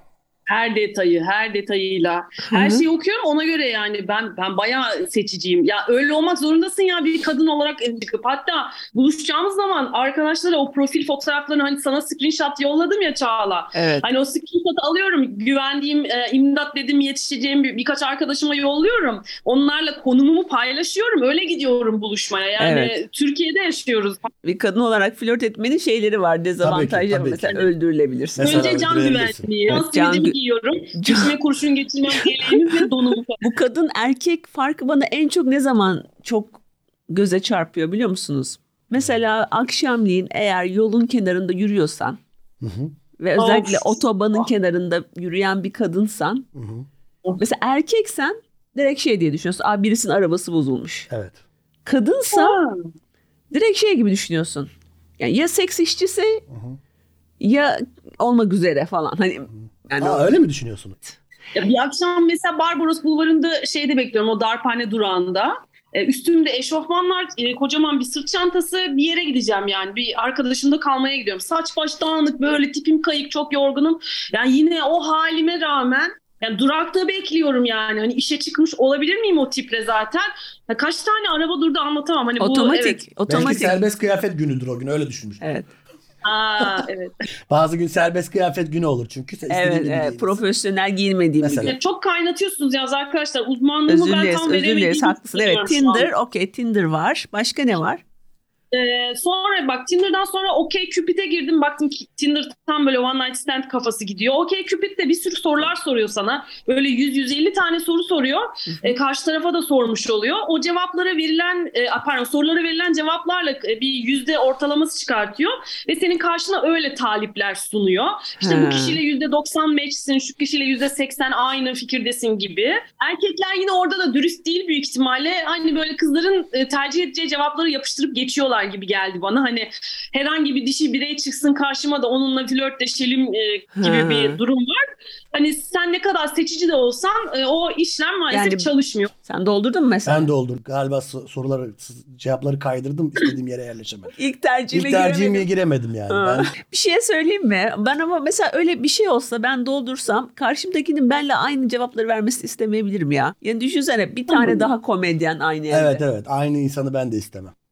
Her detayı, her detayıyla. Her şeyi okuyorum ona göre yani. Ben ben bayağı seçiciyim. Ya öyle olmak zorundasın ya, bir kadın olarak çıkıp. Hatta buluşacağımız zaman arkadaşlara o profil fotoğraflarını hani sana screenshot yolladım ya Çağla. Evet. Hani o screenshot'ı alıyorum. Güvendiğim, e, imdat dedim yetişeceğim bir, birkaç arkadaşıma yolluyorum. Onlarla konumumu paylaşıyorum. Öyle gidiyorum buluşmaya. Yani Evet. Türkiye'de yaşıyoruz. Bir kadın olarak flört etmenin şeyleri var, dezavantajları. tabii ki. Mesela öldürülebilirsin. Mesela Önce can öldürebilirsin. güvenliği. Evet, Evet, can can gü- giyiyorum. İçime kurşun geçirmem geleğimi ve donumu. Bu kadın erkek farkı bana en çok ne zaman çok göze çarpıyor biliyor musunuz? Mesela akşamleyin eğer yolun kenarında yürüyorsan Hı hı. ve özellikle Of. otobanın kenarında yürüyen bir kadınsan, Hı hı. mesela erkeksen direkt şey diye düşünüyorsun. Aa, birisinin arabası bozulmuş. Evet. Kadınsa Ha. direkt şey gibi düşünüyorsun. Yani ya seks işçisi Hı hı. ya olmak üzere falan. Hani yani Aa, öyle mi düşünüyorsunuz? Ya bir akşam mesela Barbaros Bulvarı'nda şeyde bekliyorum, o darphane durağında. Ee, üstümde eşofmanlar, e, kocaman bir sırt çantası, bir yere gideceğim yani. Bir arkadaşımda kalmaya gidiyorum. Saç baş dağınık, böyle tipim kayık, çok yorgunum. Yani yine o halime rağmen yani durakta bekliyorum yani. Hani işe çıkmış olabilir miyim o tiple zaten? Ya kaç tane araba durdu anlatamam. Hani bu, otomatik, evet. Belki otomatik. serbest kıyafet günüdür o gün, öyle düşünmüş. Evet. Aa, evet. Bazı gün serbest kıyafet günü olur çünkü. Sen istediğin Evet, gibi evet. giyinirsin. profesyonel giyinmediğim Mesela. bir gün. Ya çok kaynatıyorsunuz yalnız arkadaşlar. Uzmanlığımı Özür ben dileriz, tam özür veremediğimi dileriz. Haklısın. Evet, düşünüyorum şu an. Tinder, okey, Tinder var. Başka ne var? Ee, sonra bak Tinder'dan sonra OkCupid'e girdim. Baktım ki Tinder tam böyle one night stand kafası gidiyor. OkCupid de bir sürü sorular soruyor sana. Böyle yüz yüz elli tane soru soruyor. Ee, karşı tarafa da sormuş oluyor. O cevaplara verilen, e, pardon sorulara verilen cevaplarla e, bir yüzde ortalaması çıkartıyor. Ve senin karşına öyle talipler sunuyor. İşte Ha. bu kişiyle yüzde doksan matchsin, şu kişiyle yüzde seksen aynı fikirdesin gibi. Erkekler yine orada da dürüst değil büyük ihtimalle. Hani böyle kızların e, tercih edeceği cevapları yapıştırıp geçiyorlar gibi geldi bana. Hani herhangi bir dişi birey çıksın karşıma da onunla flörtleşelim e, gibi Ha. bir durum var. Hani sen ne kadar seçici de olsan e, o işlem maalesef Yani- çalışmıyor. Sen doldurdun mu mesela? Ben de olur. Galiba so- soruları, cevapları kaydırdım. İstediğim yere yerleşemedim. İlk tercihime İlk tercihime giremedim. giremedim yani. Ha. Ben Bir şey söyleyeyim mi? Ben ama mesela öyle bir şey olsa ben doldursam karşımdakinin benimle aynı cevapları vermesini istemeyebilirim ya. Yani düşünsene bir tane daha komedyen aynı yerde. evet evet aynı insanı ben de istemem.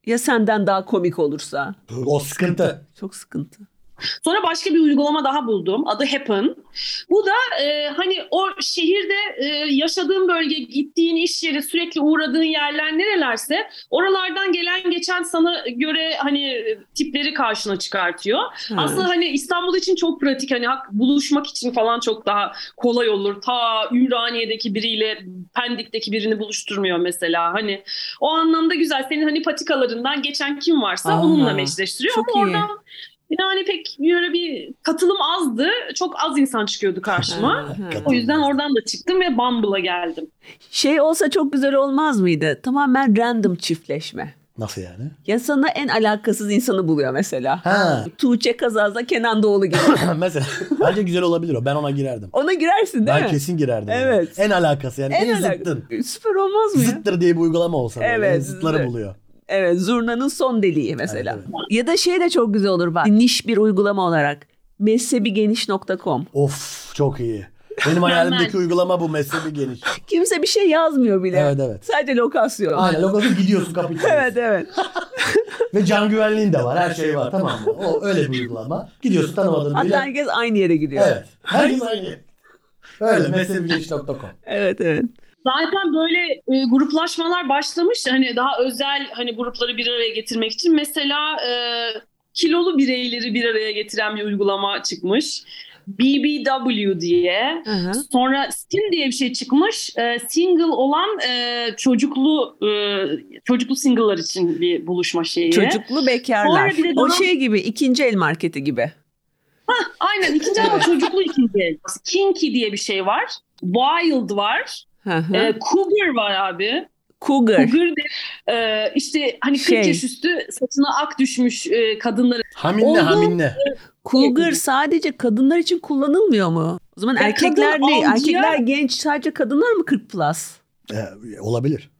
Ya senden daha komik olursa? O sıkıntı. Çok sıkıntı. Sonra başka bir uygulama daha buldum. Adı Happen. Bu da e, hani o şehirde e, yaşadığın bölge, gittiğin iş yeri, sürekli uğradığın yerler nerelerse oralardan gelen geçen sana göre hani tipleri karşına çıkartıyor. Hmm. Aslında hani İstanbul için çok pratik. Hani buluşmak için falan çok daha kolay olur. Ta Ümraniye'deki biriyle Pendik'teki birini buluşturmuyor mesela. Hani o anlamda güzel. Senin hani patikalarından geçen kim varsa Aa, onunla meşleştiriyor. çok Ama iyi. oradan yani pek böyle bir katılım azdı. Çok az insan çıkıyordu karşıma. Ha, ha. O yüzden oradan da çıktım ve Bumble'a geldim. Şey olsa çok güzel olmaz mıydı? Tamamen random çiftleşme. Nasıl yani? Ya sana en alakasız insanı buluyor mesela. Ha. Tuğçe Kazaz'la Kenan Doğulu gibi. Mesela bence güzel olabilir o. Ben ona girerdim. Ona girersin değil Ben mi? kesin girerdim. Evet. Yani. En alakası yani. En, En zıttın. alak- Süper olmaz mı ya? Zıttır diye bir uygulama olsa böyle. Evet, En zıtları zıt. buluyor. Evet, zurnanın son deliği mesela. Evet, Ya da şey de çok güzel olur bak. Niş bir uygulama olarak. mezhebigeniş nokta com. Of çok iyi. Benim hayalimdeki uygulama bu, mezhebi geniş. Kimse bir şey yazmıyor bile. Evet, evet. Sadece lokasyon. Aynen, lokasyon gidiyorsun kapıyı. Evet evet. Ve can güvenliğin de var, her şey var, tamam mı? O öyle bir uygulama. Gidiyorsun tanımadığın Hatta biriyle. herkes aynı yere gidiyor. Evet. Herkes aynı. Öyle mezhebigeniş nokta com. Evet evet. Zaten böyle e, gruplaşmalar başlamış. Hani daha özel hani grupları bir araya getirmek için. Mesela e, kilolu bireyleri bir araya getiren bir uygulama çıkmış. B B W diye. Hı hı. Sonra Stin diye bir şey çıkmış. E, single olan e, çocuklu e, çocuklu single'lar için bir buluşma şeyi. Çocuklu bekarlar. Sonra bir de O daha- şey gibi, ikinci el marketi gibi. Aynen, ikinci ama çocuklu ikinci el. Kinky diye bir şey var. Wild var. Hı hı. E, Cougar var abi. Cougar. Cougar de, e, işte hani kırk Şey. yaş üstü saçına ak düşmüş e, kadınları. Haminle Oldu. haminle. Cougar sadece kadınlar için kullanılmıyor mu? O zaman Ya erkekler kadın ne? avcıya- Erkekler genç, sadece kadınlar mı kırk plus? Ee, olabilir.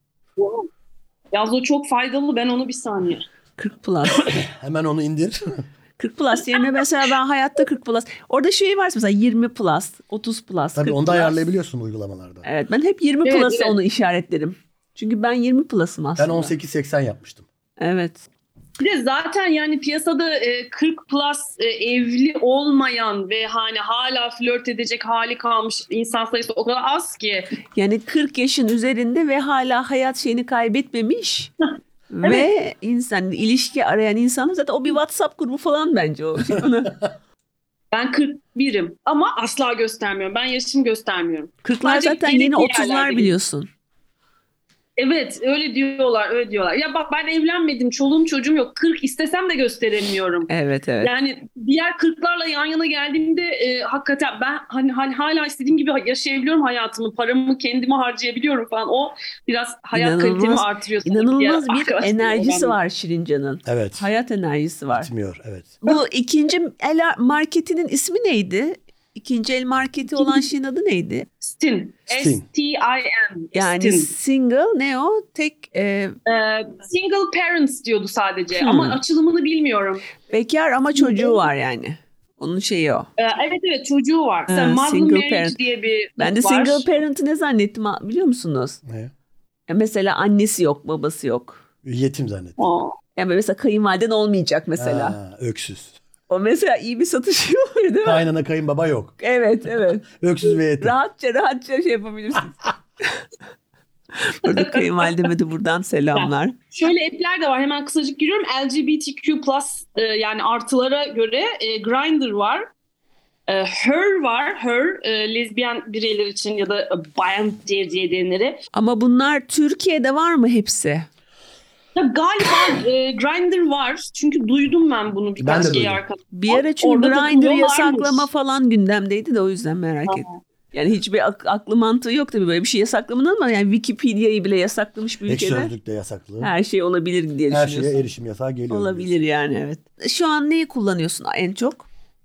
Yalnız o çok faydalı, ben onu bir saniye. kırk plus. Hemen onu indir. kırk plus yerine mesela ben hayatta kırk plus. Orada şey var mesela yirmi plus, otuz plus, Tabii kırk onu da plus. ayarlayabiliyorsun uygulamalarda. Evet, ben hep yirmi Evet, plus'a evet. onu işaretlerim. Çünkü ben yirmi plus'ım Ben aslında. on sekiz seksen yapmıştım. Evet. Bir de zaten yani piyasada e, kırk plus e, evli olmayan ve hani hala flört edecek hali kalmış insan sayısı o kadar az ki. Yani kırk yaşın üzerinde ve hala hayat şeyini kaybetmemiş. Ve insan ilişki arayan insanlar zaten o bir WhatsApp grubu falan bence o. Şey, onu- Ben kırk birim ama asla göstermiyorum. Ben yaşımı göstermiyorum. kırklar Sadece zaten gerekli yeni otuzlar yerlerde biliyorsun. Evet, öyle diyorlar, öyle diyorlar. Ya bak, ben evlenmedim, çoluğum çocuğum yok. kırk istesem de gösteremiyorum. Evet evet. Yani diğer kırklarla yan yana geldiğimde e, hakikaten ben hani, hani hala istediğim gibi yaşayabiliyorum hayatımı. Paramı kendime harcayabiliyorum falan. O biraz hayat İnanılmaz- kalitemi artırıyor. İnanılmaz Diğer bir arkadaşlarım enerjisi olan. var Şirincan'ın. Evet. Hayat enerjisi var. Bitmiyor, evet. Bu ikinci el marketinin ismi neydi? İkinci el marketi olan şeyin adı neydi? Stin. Stin. S T I N. Yani Stin. single ne o? Tek e, Ee, single parents diyordu sadece Hmm. ama açılımını bilmiyorum. bekar ama çocuğu var yani. Onun şeyi o. Ee, evet evet, çocuğu var. Ha, Sen Muslim single Marriage parent. diye bir Ben de var. single parent'ı ne zannettim ha- biliyor musunuz? Ne? Ya mesela annesi yok, babası yok. Yetim zannettim. Aa. Yani mesela kayınvaliden olmayacak mesela. Ha, öksüz. O mesela iyi bir satış olur değil mi? Kaynana kayınbaba yok. Evet evet. Öksüz ve yetim. Rahatça rahatça şey yapabilirsiniz. Burada kayınvalideme de buradan selamlar. Şöyle app'ler de var. Hemen kısacık giriyorum. L G B T Q plus e, yani artılara göre e, Grindr var. E, Her var. Her e, lezbiyen bireyler için ya da e, bayan diye diye denilere. Ama bunlar Türkiye'de var mı hepsi? Ya galiba e, Grindr var. Çünkü duydum ben bunu Ben birkaç de gay duydum. arkadaşım. Bir ara çünkü Orada da Grindr kullanıyorlarmış. yasaklama falan gündemdeydi de o yüzden merak ettim. Yani hiçbir ak- aklı mantığı yok tabii böyle bir şey yasaklamadan ama yani Wikipedia'yı bile yasaklamış bir Ekşi ülkede sözlükte yasaklı. her şey olabilir diye Her düşünüyorsun. şeye erişim yasağı geliyor. Olabilir yani evet. Şu an neyi kullanıyorsun en çok?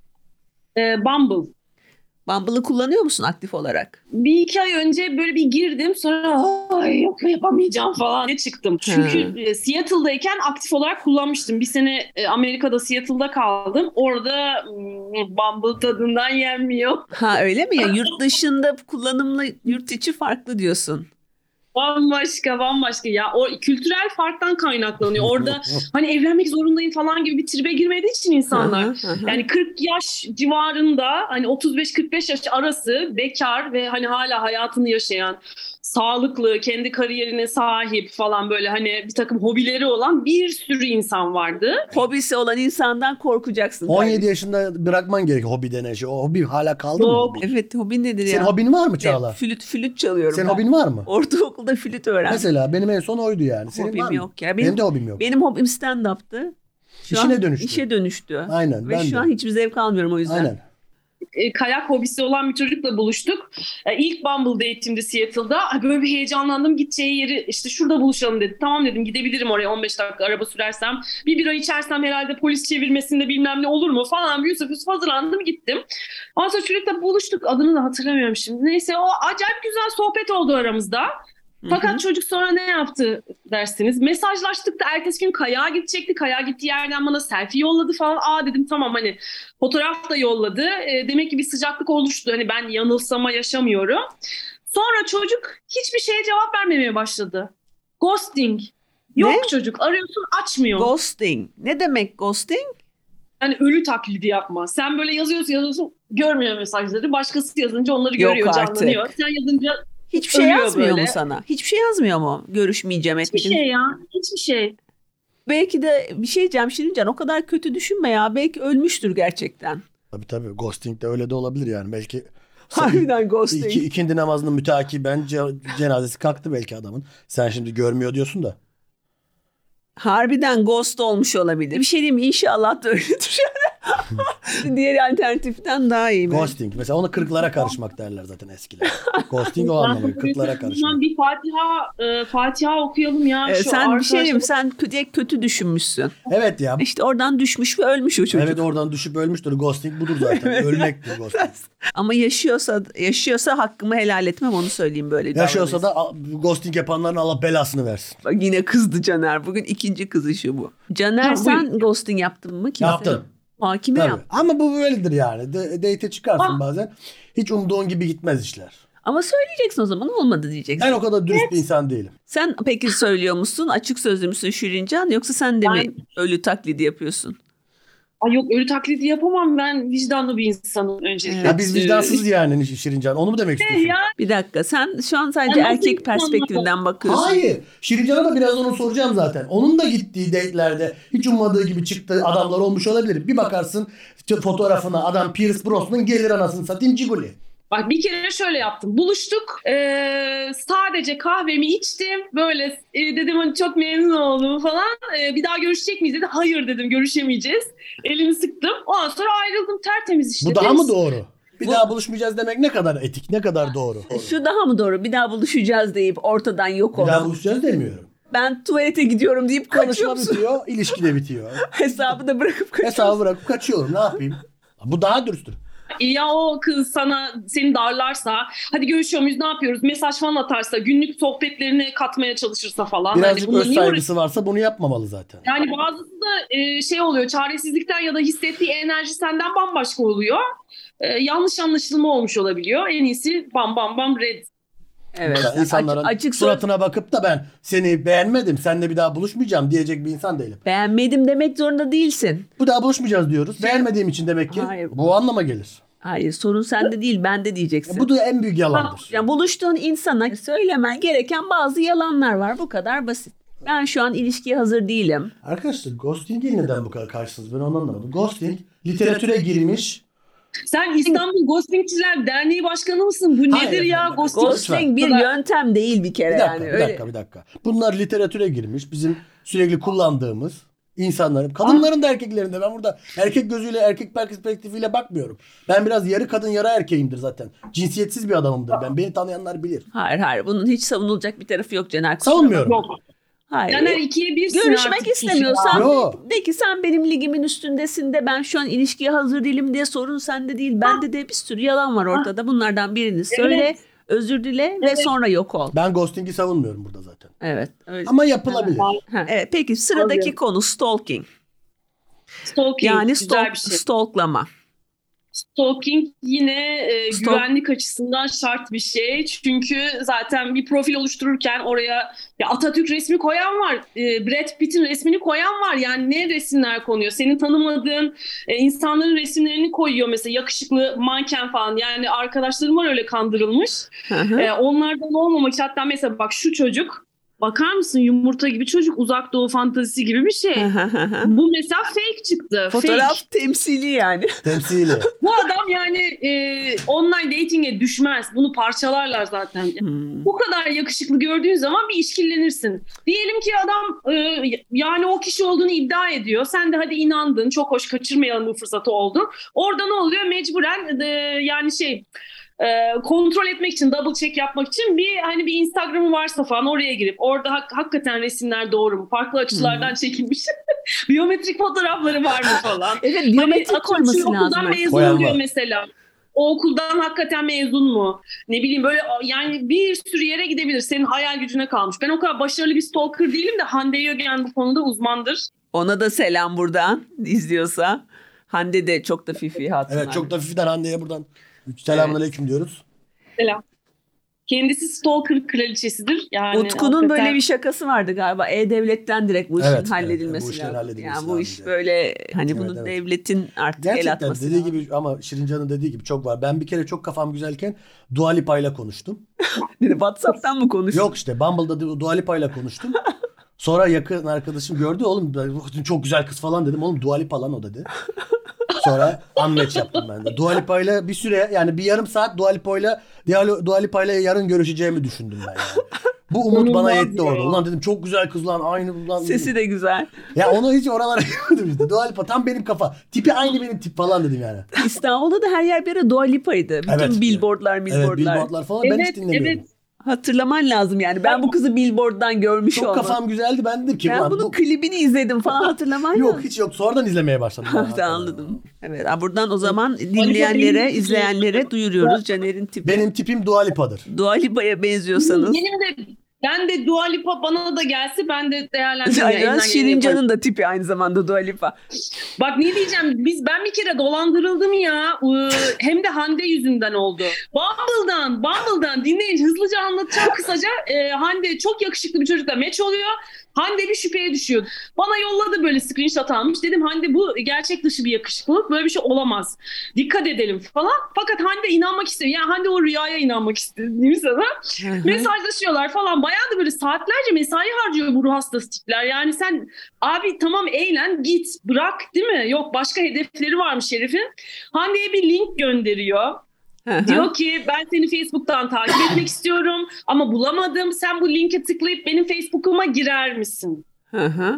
E, Bumble. Bumble'ı kullanıyor musun aktif olarak? Bir iki ay önce böyle bir girdim, sonra ay yok yapamayacağım falan diye çıktım. Çünkü e, Seattle'dayken aktif olarak kullanmıştım. Bir sene e, Amerika'da Seattle'da kaldım. Orada mm, Bumble tadından yenmiyor. Ha öyle mi ya? Yurt dışında kullanımla yurt içi farklı diyorsun. Bambaşka bambaşka ya, o kültürel farktan kaynaklanıyor. Orada hani evlenmek zorundayım falan gibi bir tribe girmediği için insanlar. Yani kırk yaş civarında, hani otuz beş kırk beş yaş arası bekar ve hani hala hayatını yaşayan, sağlıklı, kendi kariyerine sahip falan, böyle hani bir takım hobileri olan bir sürü insan vardı. Hobisi olan insandan korkacaksın. on yedi kardeşim. yaşında bırakman gerekiyor hobi denen şey. O hobi hala kaldı Yok. mı? Evet, hobin nedir ya? Senin hobin var mı Çağla? Evet, flüt, flüt çalıyorum Senin ben. hobin var mı? Ortaokulda flüt öğrendim. Mesela benim en son oydu yani. Senin Hobim var mı? yok ya. Benim, Benim, de hobim yok. Benim hobim stand-up'tı. Şu İşine an dönüştü. İşe dönüştü. Aynen, Ve ben şu de. an hiçbir zevk almıyorum o yüzden. Aynen. Kayak hobisi olan bir çocukla buluştuk. İlk Bumble date'imde Seattle'da. Böyle bir heyecanlandım. Gideceği yeri işte şurada buluşalım dedi. Tamam dedim, gidebilirim oraya, on beş dakika araba sürersem. Bir bira içersem herhalde polis çevirmesinde bilmem ne olur mu falan. Yusuf Yusuf hazırlandım, gittim. Ondan sonra çocukla buluştuk. Adını da hatırlamıyorum şimdi. Neyse, o acayip güzel sohbet oldu aramızda. Fakat hı hı. çocuk sonra ne yaptı dersiniz? Mesajlaştık da ertesi gün kayağa gidecekti. Kayağa gittiği yerden bana selfie yolladı falan. Aa dedim, tamam, hani fotoğraf da yolladı. E, demek ki bir sıcaklık oluştu. Hani ben yanılsama yaşamıyorum. Sonra çocuk hiçbir şeye cevap vermemeye başladı. Ghosting. Yok ne? Çocuk arıyorsun, açmıyor. Ghosting. Ne demek ghosting? Yani ölü taklidi yapma. Sen böyle yazıyorsun yazıyorsun, görmüyor mesajları. Başkası yazınca onları Yok görüyor, artık. Canlanıyor. Sen yazınca hiçbir şey yazmıyor böyle. mu sana? Hiçbir şey yazmıyor mu? Görüşmeyeceğim. Hiçbir etmedim. şey ya. Hiçbir şey. Belki de bir şey diyeceğim Şirincan, o kadar kötü düşünme ya. Belki ölmüştür gerçekten. Tabii tabii. Ghosting de öyle de olabilir yani. Belki harbiden ghosting. İki, ikindi namazının müteakiben cenazesi kalktı belki adamın. Sen şimdi görmüyor diyorsun da. Harbiden ghost olmuş olabilir. Bir şey diyeyim mi? İnşallah da öyledir. Diğer alternatiften daha iyi mi? Ghosting. Mesela ona kırklara karışmak derler zaten eskiler. Ghosting o anlamı. Kırklara karışmak. Bir Fatiha e, Fatiha okuyalım ya. Ee, sen arkadaşlar... bir şey diyeyim, sen kötü, kötü düşünmüşsün. Evet ya. İşte oradan düşmüş ve ölmüş o çocuk. Evet, oradan düşüp ölmüştür. Ghosting budur zaten. Ölmektir ghosting. Ama yaşıyorsa yaşıyorsa hakkımı helal etmem, onu söyleyeyim böyle. Yaşıyorsa da ghosting yapanların Allah belasını versin. Bak yine kızdı Caner. Bugün ikinci kızışı bu. Caner ha, sen buyur. Ghosting yaptın mı? Kimse? Yaptım. Ha, kime Tabii. yaptın? Ama bu böyledir yani. De- date'e çıkarsın ha. bazen. Hiç umduğun gibi gitmez işler. Ama söyleyeceksin o zaman, olmadı diyeceksin. Ben o kadar dürüst evet. bir insan değilim. Sen peki söylüyor musun? Açık sözlü müsün Şirincan? Yoksa sen de ben... mi ölü taklidi yapıyorsun? Ay yok, ölü taklidi yapamam, ben vicdanlı bir insanım öncelikle. Ya biz vicdansız yani Şirincan, onu mu demek istiyorsun? Ya. Bir dakika, sen şu an sadece ben erkek perspektifinden bakıyorsun. Hayır, Şirincan'a da biraz onu soracağım zaten. Onun da gittiği date'lerde hiç ummadığı gibi çıktığı adamlar olmuş olabilir. Bir bakarsın fotoğrafına adam Pierce Brosnan gelir anasını satayım Ciguli. Bak bir kere şöyle yaptım. Buluştuk. Ee, sadece kahvemi içtim. Böyle e, dedim hani çok memnun oldum falan. Ee, bir daha görüşecek miyiz dedi. Hayır dedim, görüşemeyeceğiz. Elimi sıktım. Ondan sonra ayrıldım, tertemiz işte. Bu daha mı doğru? Bir Bu... daha buluşmayacağız demek ne kadar etik, ne kadar doğru? Şu daha mı doğru? Bir daha buluşacağız deyip ortadan yok oldu. Bir daha buluşacağız demiyorum. Ben tuvalete gidiyorum deyip kaçıyor musun? Konuşma bitiyor, ilişki de bitiyor. Hesabı da bırakıp kaçıyorum. Hesabı bırakıp kaçıyorum, ne yapayım? Bu daha dürüsttür. Ya o kız sana seni darlarsa, hadi görüşüyor muyuz, ne yapıyoruz, mesaj falan atarsa, günlük sohbetlerine katmaya çalışırsa falan. Birazcık hani öz saygısı varsa bunu yapmamalı zaten. Yani bazısı da e, şey oluyor, çaresizlikten ya da hissettiği enerji senden bambaşka oluyor. E, yanlış anlaşılma olmuş olabiliyor. En iyisi bam bam bam red. Evet. Yani insanların açık, açık suratına bakıp da ben seni beğenmedim, seninle bir daha buluşmayacağım diyecek bir insan değilim. Beğenmedim demek zorunda değilsin. Bu daha buluşmayacağız diyoruz. Şey... Beğenmediğim için demek ki Hayır. bu anlama gelir. Hayır, sorun sende değil, bende diyeceksin. Ya bu da en büyük yalandır. Ya buluştuğun insana söylemen gereken bazı yalanlar var, bu kadar basit. Ben şu an ilişkiye hazır değilim. Arkadaşlar ghosting'e neden bu kadar karşısınız, ben onu anlamadım. Ghosting literatüre girmiş. Sen İstanbul Ghostingçiler Derneği Başkanı mısın? Bu Hayır, nedir ya? Ghosting, ghosting bir yöntem değil bir kere. Bir dakika, yani. bir Öyle... dakika, bir dakika. Bunlar literatüre girmiş. Bizim sürekli kullandığımız insanların, kadınların da erkeklerin de. Ben burada erkek gözüyle, erkek perspektifiyle bakmıyorum. Ben biraz yarı kadın yarı erkeğimdir zaten. Cinsiyetsiz bir adamımdır ben. Beni tanıyanlar bilir. Hayır hayır, bunun hiç savunulacak bir tarafı yok Caner. Savunmuyorum. Yok. Hayır. Yani ikiye bir görüşmek istemiyorsan de, de ki sen benim ligimin üstündesin de ben şu an ilişkiye hazır değilim diye, sorun sende değil. Bende de bir sürü yalan var ortada. Bunlardan birini söyle, evet. özür dile evet. ve sonra yok ol. Ben ghosting'i savunmuyorum burada zaten. Evet. Öyle. Ama yapılabilir. Ha, evet. Peki sıradaki Tabii. konu stalking. Stalking yani güzel stalk, bir şey. stalklama. Stalking yine e, Stalk- güvenlik açısından şart bir şey. Çünkü zaten bir profil oluştururken oraya ya Atatürk resmi koyan var, e, Brad Pitt'in resmini koyan var. Yani ne resimler konuyor? Senin tanımadığın e, insanların resimlerini koyuyor mesela, yakışıklı manken falan. Yani arkadaşlarım var öyle kandırılmış. e, onlardan olmamak için, hatta mesela bak şu çocuk, bakar mısın, yumurta gibi çocuk, uzak doğu fantazisi gibi bir şey. Bu mesela fake çıktı. Fotoğraf Fake. temsili yani. Temsili. Bu adam yani e, online dating'e düşmez. Bunu parçalarlar zaten. Hmm. Bu kadar yakışıklı gördüğün zaman bir işkillenirsin. Diyelim ki adam e, yani o kişi olduğunu iddia ediyor. Sen de hadi inandın. Çok hoş, kaçırmayalım bu fırsatı oldu. Orada ne oluyor? Mecburen e, yani şey... Ee, kontrol etmek için, double check yapmak için bir hani bir Instagram'ı varsa falan oraya girip orada hak, hakikaten resimler doğru mu? Farklı açılardan hmm. çekilmiş. Biyometrik fotoğrafları var mı falan. Evet, biyometrik hani, koyması lazım. Okuldan mezun diyor mesela. O okuldan hakikaten mezun mu? Ne bileyim böyle, yani bir sürü yere gidebilir. Senin hayal gücüne kalmış. Ben o kadar başarılı bir stalker değilim de Hande Yögen bu konuda uzmandır. Ona da selam buradan izliyorsa. Hande de çok da fifi hatun. Evet, çok da fifiden Hande'ye buradan selamünaleyküm evet. diyoruz. Selam. Kendisi stalker kraliçesidir. Yani Utku'nun hakikaten... böyle bir şakası vardı galiba. E-Devlet'ten direkt bu işin evet, halledilmesi evet, bu lazım. halledilmesi yani bu iş diye. böyle hani evet, bunu evet. devletin artık gerçekten el atması dediği lazım. gibi, ama Şirincan'ın dediği gibi çok var. Ben bir kere çok kafam güzelken Dua Lipa'yla konuştum. WhatsApp'tan mı konuştun? Yok işte Bumble'da Dua Lipa'yla konuştum. Sonra yakın arkadaşım gördü, oğlum çok güzel kız falan dedim. Oğlum Dua Lipa lan o dedi. Sonra unmatch yaptım ben de. Dua Lipa'yla bir süre, yani bir yarım saat Dua Lipa'yla Dua Lipa'yla yarın görüşeceğimi düşündüm ben yani. Bu umut onun bana yetti orada. Ulan dedim çok güzel kız lan, aynı lan. Sesi de güzel. Ya onu hiç oralara girmedim işte. Dua Lipa tam benim kafa. Tipi aynı benim tip falan dedim yani. İstanbul'da da her yer bir ara Dua Lipa'ydı. Bütün evet. billboardlar, billboardlar. Evet, billboardlar falan evet, ben hiç dinlemiyorum. Evet. Hatırlaman lazım yani. Ben bu kızı billboard'dan görmüş çok olmam. Çok kafam güzeldi, ben dedim ki. Ben bunun bu... klibini izledim falan, hatırlaman Yok hiç yok. Sonradan izlemeye başladım. Anladım. Evet, buradan o zaman dinleyenlere, izleyenlere duyuruyoruz. Caner'in tipi. Benim tipim Dua Lipa'dır. Dua Lipa'ya benziyorsanız. Benim de ben de Dua Lipa bana da gelse ben de değerlendireyim. Şirincan'ın da tipi aynı zamanda Dua Lipa. Bak ne diyeceğim, biz ben bir kere dolandırıldım ya, hem de Hande yüzünden oldu. Bumble'dan, Bumble'dan dinleyin, hızlıca anlatacağım kısaca. Ee, Hande çok yakışıklı bir çocukla match oluyor. Hande bir şüpheye düşüyor. Bana yolladı, böyle screenshot almış. Dedim Hande bu gerçek dışı bir yakışıklılık. Böyle bir şey olamaz. Dikkat edelim falan. Fakat Hande inanmak istiyor. Yani Hande o rüyaya inanmak istiyor. Değil mi sana? Mesajlaşıyorlar falan. Bayağı da böyle saatlerce mesai harcıyor bu ruh hastası tipler. Yani sen abi tamam eğlen git bırak, değil mi? Yok başka hedefleri varmış herifin. Hande'ye bir link gönderiyor. Hı-hı. Diyor ki ben seni Facebook'tan takip etmek istiyorum ama bulamadım. Sen bu linke tıklayıp benim Facebook'uma girer misin? Hı-hı.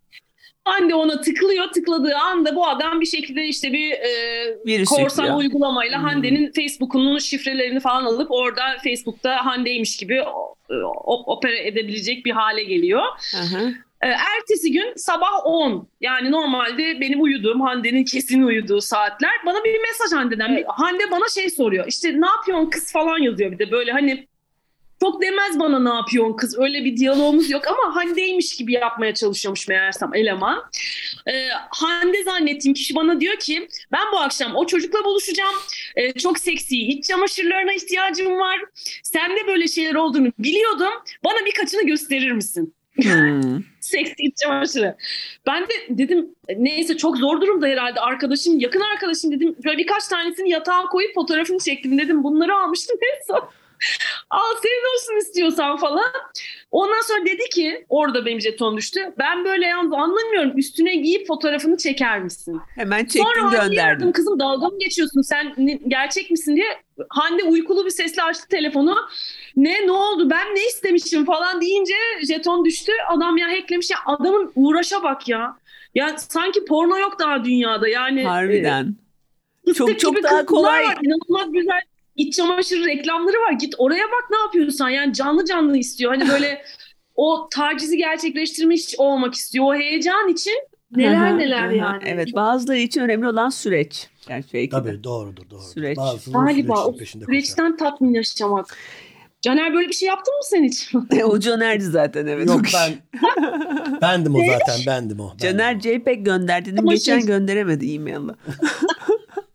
Hande ona tıklıyor. Tıkladığı anda bu adam bir şekilde işte bir, e, korsan yüklüyor. Uygulamayla hmm. Hande'nin Facebook'unun şifrelerini falan alıp orada Facebook'ta Hande'ymiş gibi o, opera edebilecek bir hale geliyor. Hı-hı. Ertesi gün sabah on, yani normalde benim uyuduğum, Hande'nin kesin uyuduğu saatler, bana bir mesaj Hande'den. Evet. Hande bana şey soruyor, işte ne yapıyorsun kız falan yazıyor, bir de böyle hani çok demez bana ne yapıyorsun kız, öyle bir diyalogumuz yok ama Hande'ymiş gibi yapmaya çalışıyormuş meğersem eleman. Ee, Hande zannettiğim kişi bana diyor ki ben bu akşam o çocukla buluşacağım, ee, çok seksi iç çamaşırlarına ihtiyacım var, sende böyle şeyler olduğunu biliyordum, bana birkaçını gösterir misin? Hmm. Seksi iç çamaşırı. Ben de dedim neyse çok zor durumda herhalde arkadaşım, yakın arkadaşım dedim, böyle birkaç tanesini yatağa koyup fotoğrafını çektim, dedim bunları almıştım en son. Al senin olsun istiyorsan falan. Ondan sonra dedi ki, orada benim jeton düştü, ben böyle yalnız anlamıyorum, üstüne giyip fotoğrafını çeker misin? Hemen çektim gönderdim. Kızım dalga mı geçiyorsun sen, gerçek misin diye. Hande uykulu bir sesle açtı telefonu. Ne ne oldu, ben ne istemişim falan deyince jeton düştü. Adam ya hacklemiş ya, adamın uğraşa bak ya. Ya sanki porno yok daha dünyada yani. Harbiden. E, çok çok daha kolay. Var, inanılmaz güzel iç çamaşırı reklamları var. Git oraya bak ne yapıyorsan, yani canlı canlı istiyor. Hani böyle o tacizi gerçekleştirmiş olmak istiyor. O heyecan için neler neler yani. Evet, bazıları için önemli olan süreç. Gerçekten. Tabii doğrudur doğru. Süreç. Galiba o süreçten tatmin yaşamak. Caner böyle bir şey yaptın mı sen hiç? O Caner'di zaten, evet. Yok ben bendim o zaten bendim o. Bendim. Caner JPEG gönderdi dedim, geçen gönderemedi e-mail'la.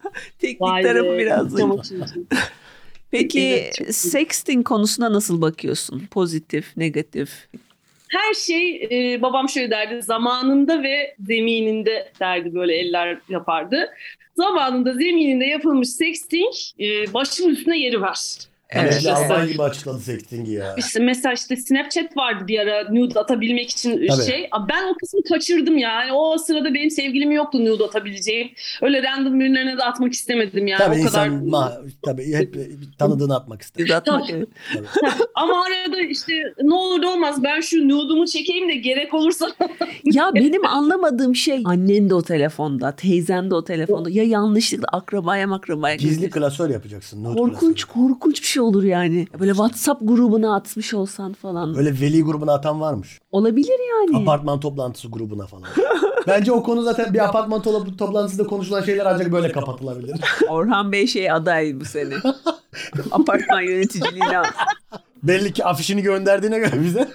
Teknik Vay tarafı be, biraz cam zayıf. açıcı. Peki Evet, çok iyi. sexting konusuna nasıl bakıyorsun? Pozitif, negatif? Her şey e, babam şöyle derdi, zamanında ve zemininde derdi, böyle eller yapardı. Zamanında zemininde yapılmış sexting e, başımın üstüne yeri var. Evet, Emekli evet. albay gibi açıkladı sexting'i ya. İşte mesela işte Snapchat vardı bir ara, nude atabilmek için Tabii. şey. Ben o kısmı kaçırdım yani. O sırada benim sevgilim yoktu nude atabileceğim. Öyle random birilerine de atmak istemedim yani. Tabii o kadar. insan ma- tabii hep tanıdığını atmak ister. Yüz atmak, Tabii. evet. Tabii. Ama arada işte ne olur ne olmaz ben şu nude'umu çekeyim de gerek olursa. Ya benim anlamadığım şey, annen de o telefonda, teyzen de o telefonda. Ya yanlışlıkla akrabaya makrabaya. Gizli klasör yapacaksın. Nude Korkunç klasörü. korkunç bir şey olur yani. Böyle WhatsApp grubuna atmış olsan falan. Öyle veli grubuna atan varmış. Olabilir yani. Apartman toplantısı grubuna falan. Bence o konu zaten bir apartman to- toplantısında konuşulan şeyler ancak böyle kapatılabilir. Orhan Bey şey aday bu sene. Apartman yöneticiliğine. Belli ki afişini gönderdiğine göre bize.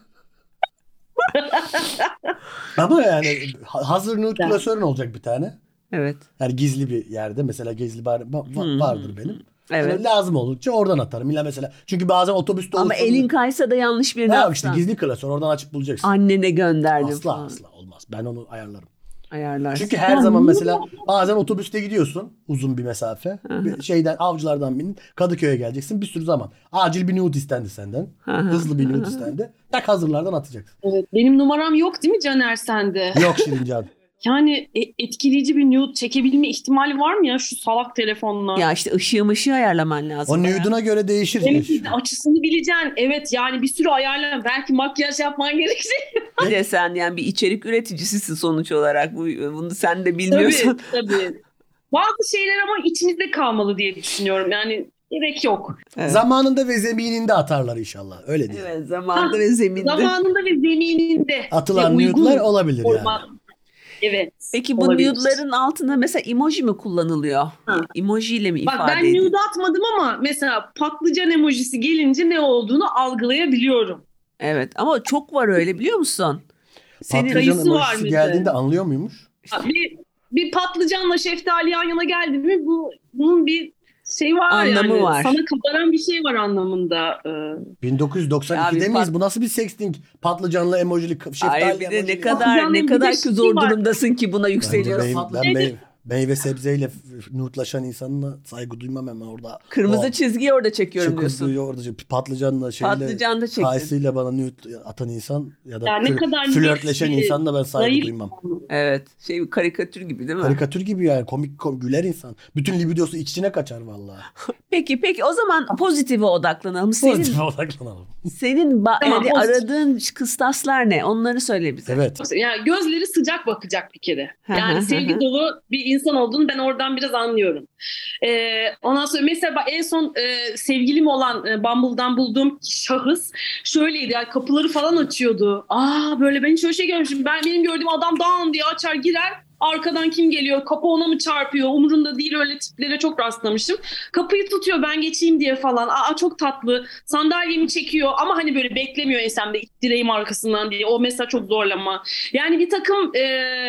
Ama yani ha- hazır nude klasörün olacak bir tane. Evet. Yani gizli bir yerde, mesela gizli bar va- va- vardır benim. Evet. Yani lazım oldukça oradan atarım. İlla mesela çünkü bazen otobüste Ama olursun. elin kaysa da yanlış birine Ha atsan. işte gizli klasör, oradan açıp bulacaksın. Annene gönderdim Asla falan. asla olmaz. Ben onu ayarlarım. Ayarlarsın. Çünkü her zaman mesela bazen otobüste gidiyorsun uzun bir mesafe. Bir şeyden, Avcılardan binin Kadıköy'e geleceksin bir sürü zaman. Acil bir nude istendi senden. Hızlı bir nude istendi. Tak hazırlardan atacaksın. Evet, benim numaram yok değil mi Caner sende? Yok Şirincan. Yani e- etkileyici bir nude çekebilme ihtimali var mı ya şu salak telefonla? Ya işte ışığı mışığı ayarlaman lazım. O nude'una göre değişir. Evet, açısını bileceksin. Evet yani bir sürü ayarla. Belki makyaj yapman gerekecek. Bir de sen yani bir içerik üreticisisin sonuç olarak. Bu, bunu sen de bilmiyorsan. Tabii tabii. Bazı şeyler ama içimizde kalmalı diye düşünüyorum. Yani gerek yok. Evet. Zamanında ve zemininde atarlar inşallah. Öyle diye. Evet, zamanında ve zeminde. Zamanında ve zemininde. Atılan ve uygun nude'lar olabilir format. yani. Evet. Peki bu olabilir. nude'ların altında mesela emoji mi kullanılıyor? Ha. Emoji ile mi Bak ifade ben ediyor? nude atmadım ama mesela patlıcan emojisi gelince ne olduğunu algılayabiliyorum. Evet ama çok var öyle biliyor musun? Senin Patlıcan kayısı var emojisi mıydı? geldiğinde anlıyor muymuş? Bir, bir patlıcanla şeftali yan yana geldi mi bu bunun bir şey var Anlamı yani. var. Sana kabaran bir şey var anlamında. Ee, bin dokuz yüz doksan ikide Ya bir miyiz? pat- Bu nasıl bir sexting? Patlıcanlı emojili, şeftali Ay bir de emojili. ne kadar Patlıcanla ne bir kadar de ki şey zor var. durumdasın ki buna Bence yükseliyorsun. ben, Patlı- ben meyve, meyve sebzeyle nude'laşan insanla saygı duymam hemen orada. Kırmızı O çizgiyi orada çekiyorum çıkıntığı diyorsun. orada patlıcanla şeyle Patlıcan da çektin. kayısıyla bana nude atan insan ya da Ya ne flör- kadar flörtleşen net bir, insanla ben saygı zayıf. duymam. Evet. Şey karikatür gibi değil mi? Karikatür gibi yani komik, komik güler insan. Bütün libidosu içine kaçar vallahi. Peki peki o zaman pozitife odaklanalım. Senin Pozitife odaklanalım. senin ba- Tamam, yani pozitif. aradığın kıstaslar ne? Onları söyle bize. Evet. Yani gözleri sıcak bakacak bir kere. Hı hı, Yani hı sevgi hı. dolu bir insan olduğunu ben oradan biraz anlıyorum. Ee, ondan sonra mesela bak en son e, sevgilim olan e, Bumble'dan bulduğum şahıs şöyleydi. Yani kapıları falan açıyordu. Aa böyle ben hiç öyle şey görmüşüm. Ben benim gördüğüm adam dan diye açar girer. Arkadan kim geliyor? Kapı ona mı çarpıyor? Umurunda değil, öyle tiplere çok rastlamışım. Kapıyı tutuyor ben geçeyim diye falan. Aa çok tatlı. Sandalyemi çekiyor ama hani böyle beklemiyor ensemde direğim arkasından diye. O mesela çok zorlama. Yani bir takım e,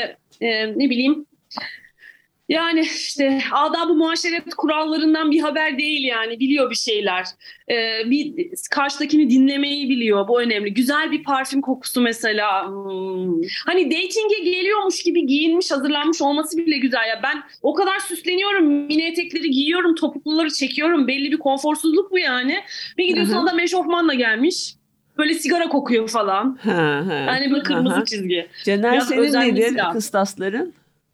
e, ne bileyim yani işte adab-ı muaşeret kurallarından bir haber değil yani. Biliyor bir şeyler. Ee, bir karşıdakini dinlemeyi biliyor. Bu önemli. Güzel bir parfüm kokusu mesela. Hmm. Hani dating'e geliyormuş gibi giyinmiş, hazırlanmış olması bile güzel. Ya ben o kadar süsleniyorum. Mini etekleri giyiyorum, topukluları çekiyorum. Belli bir konforsuzluk bu yani. Bir gidiyorsun Hı hı. adam eşofmanla gelmiş. Böyle sigara kokuyor falan. Ha, ha. Yani böyle kırmızı Aha. çizgi. Caner Biraz senin özenmesi nedir lazım. kıstasların?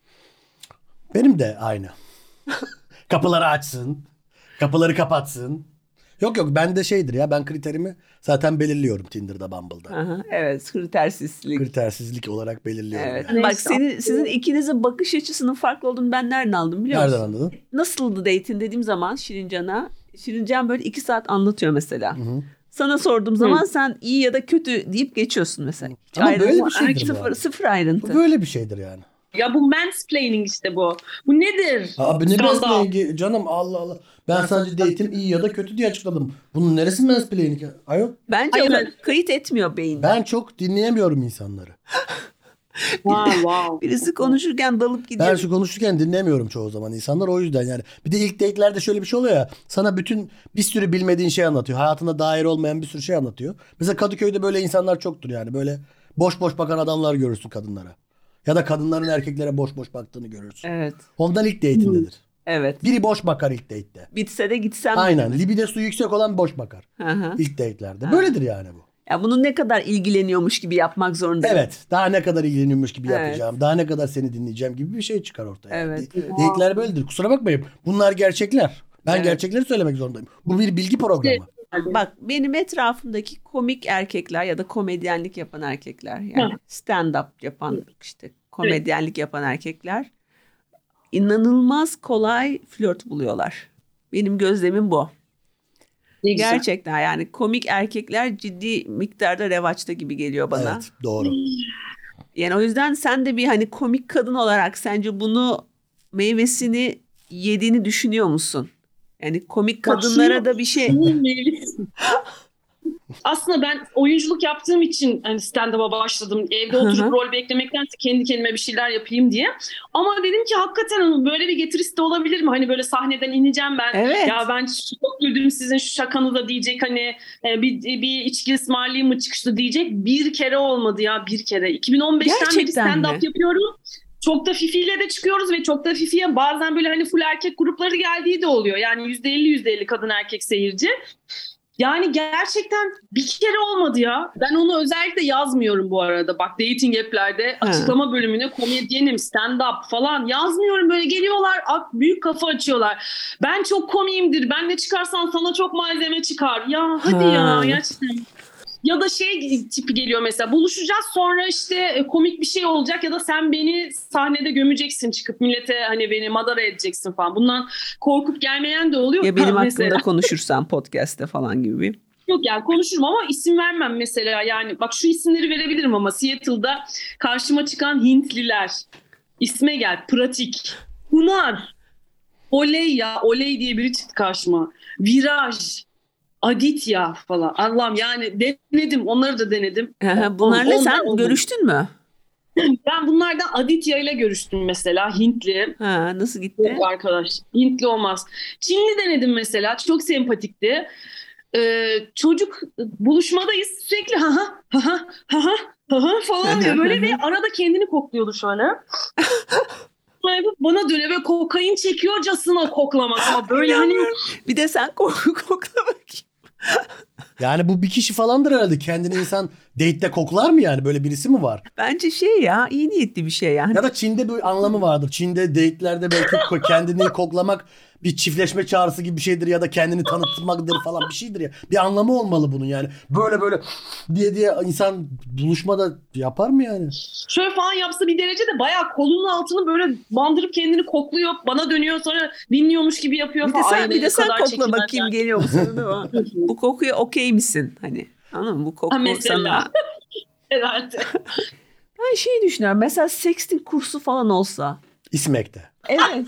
Benim de aynı. Kapıları açsın. Kapıları kapatsın. Yok yok bende şeydir ya, ben kriterimi zaten belirliyorum Tinder'da, Bumble'da. Aha, evet, kritersizlik. Kritersizlik olarak belirliyorum. Evet. yani. Bak Neyse. senin, sizin ikinizin bakış açısının farklı olduğunu ben nereden aldım biliyor Nereden musun? anladın? Nasıldı date'in dediğim zaman Şirincan'a. Şirincan böyle iki saat anlatıyor mesela. Hı. Sana sorduğum zaman sen iyi ya da kötü deyip geçiyorsun mesela. Hiç Ama ayrıntı- böyle bir şeydir bu sıfır, arada. sıfır ayrıntı. Bu böyle bir şeydir yani. Ya bu mansplaining işte bu. Bu nedir? Abi ne Skandal. mansplaining canım, Allah Allah. Ben sadece date'im iyi ya da kötü diye açıkladım. Bunun neresi mansplaining? Ayol. Bence Hayır, o ben- kayıt etmiyor beyin. Ben çok dinleyemiyorum insanları. Wow, wow. Birisi konuşurken dalıp gidiyor. Ben şu konuşurken dinlemiyorum çoğu zaman insanlar, o yüzden yani. Bir de ilk date'lerde şöyle bir şey oluyor ya. Sana bütün bir sürü bilmediğin şey anlatıyor. Hayatına dair olmayan bir sürü şey anlatıyor. Mesela Kadıköy'de böyle insanlar çoktur yani. Böyle boş boş bakan adamlar görürsün kadınlara. Ya da kadınların erkeklere boş boş baktığını görürsün. Evet. Ondan ilk date'indedir. Evet. Biri boş bakar ilk date'te. Bitse de gitsem. Aynen. Libidosu yüksek olan boş bakar. Hı-hı. İlk date'lerde. Böyledir yani bu. Ya bunu ne kadar ilgileniyormuş gibi yapmak zorundayım. Evet. Daha ne kadar ilgileniyormuş gibi Evet. yapacağım. Daha ne kadar seni dinleyeceğim gibi bir şey çıkar ortaya. Evet. De- Date'ler böyledir. Kusura bakmayın. Bunlar gerçekler. Ben Evet. gerçekleri söylemek zorundayım. Bu bir bilgi programı. Bak benim etrafımdaki komik erkekler ya da komedyenlik yapan erkekler, yani stand-up yapan, işte komedyenlik yapan erkekler inanılmaz kolay flört buluyorlar. Benim gözlemim bu. Ne güzel. Gerçekten yani komik erkekler ciddi miktarda revaçta gibi geliyor bana. Evet, doğru. Yani o yüzden sen de bir hani komik kadın olarak sence bunu, meyvesini yediğini düşünüyor musun? Yani komik Bak kadınlara şunu- da bir şey. şunun meyvesi. Aslında ben oyunculuk yaptığım için hani stand-up'a başladım. Evde Hı hı. oturup rol beklemektense kendi kendime bir şeyler yapayım diye. Ama dedim ki hakikaten böyle bir getirisi de olabilir mi? Hani böyle sahneden ineceğim ben. Evet. Ya ben çok güldüm sizin şu şakanıza diyecek, hani e, bir, bir içki ısmarlayayım mı çıkışta diyecek. Bir kere olmadı ya, bir kere. iki bin on beşten beri Gerçekten stand-up mi? yapıyorum. Çok da Fifi'yle de çıkıyoruz ve çok da Fifi'ye bazen böyle hani full erkek grupları geldiği de oluyor. Yani yüzde elli yüzde elli kadın erkek seyirci. Yani gerçekten bir kere olmadı ya. Ben onu özellikle yazmıyorum bu arada. Bak dating app'lerde açıklama bölümüne komedyenim, stand-up falan yazmıyorum. Böyle geliyorlar, büyük kafa açıyorlar. Ben çok komiyimdir. Ben ne çıkarsan sana çok malzeme çıkar. Ya hadi Ha. ya gerçekten. Ya da şey tipi geliyor mesela, buluşacağız sonra işte komik bir şey olacak ya da sen beni sahnede gömeceksin, çıkıp millete hani beni madara edeceksin falan. Bundan korkup gelmeyen de oluyor. Ya benim Ha, hakkımda mesela. konuşursan podcast'te falan gibi bir. Yok yani konuşurum ama isim vermem mesela. Yani bak şu isimleri verebilirim ama Seattle'da karşıma çıkan Hintliler. İsme gel, pratik. Pınar. Oley ya, Oley diye biri çıktı karşıma. Viraj. Aditya falan. Allah'ım yani denedim. Onları da denedim. Bunlarla Onlar sen olmadı. görüştün mü? Ben bunlardan Aditya ile görüştüm mesela. Hintli. Ha, nasıl gitti? Yok arkadaş. Hintli olmaz. Çinli denedim mesela. Çok sempatikti. Ee, çocuk buluşmadayız. Sürekli ha ha ha ha ha ha ha falan diyor. Böyle ve arada kendini kokluyordu şöyle. Bana dönüyor ve kokain çekiyorcasına koklamak. Ama böyle hani Bir de sen koku kokla bakayım. Yani bu bir kişi falandır herhalde. Kendini insan date'te koklar mı yani? Böyle birisi mi var? Bence şey ya, iyi niyetli bir şey yani. Ya da Çin'de bir anlamı vardır. Çin'de date'lerde belki ko- kendini koklamak bir çiftleşme çağrısı gibi bir şeydir ya da kendini tanıtmaktır falan bir şeydir ya. Bir anlamı olmalı bunun yani. Böyle böyle diye diye insan buluşmada yapar mı yani? şöyle falan yapsa bir derece de bayağı kolunun altını böyle bandırıp kendini kokluyor. Bana dönüyor sonra dinliyormuş gibi yapıyor Bir de falan. sen, Ay, bir ne de sen kadar kokla çekilmez bakayım yani. geliyor musun? Değil mi? Bu kokuya okey misin? Hani anladın mı? Bu koku Ha, mesela. sana. Herhalde. Ben şey düşünüyorum. Mesela sexting kursu falan olsa. İsmek'te. Evet.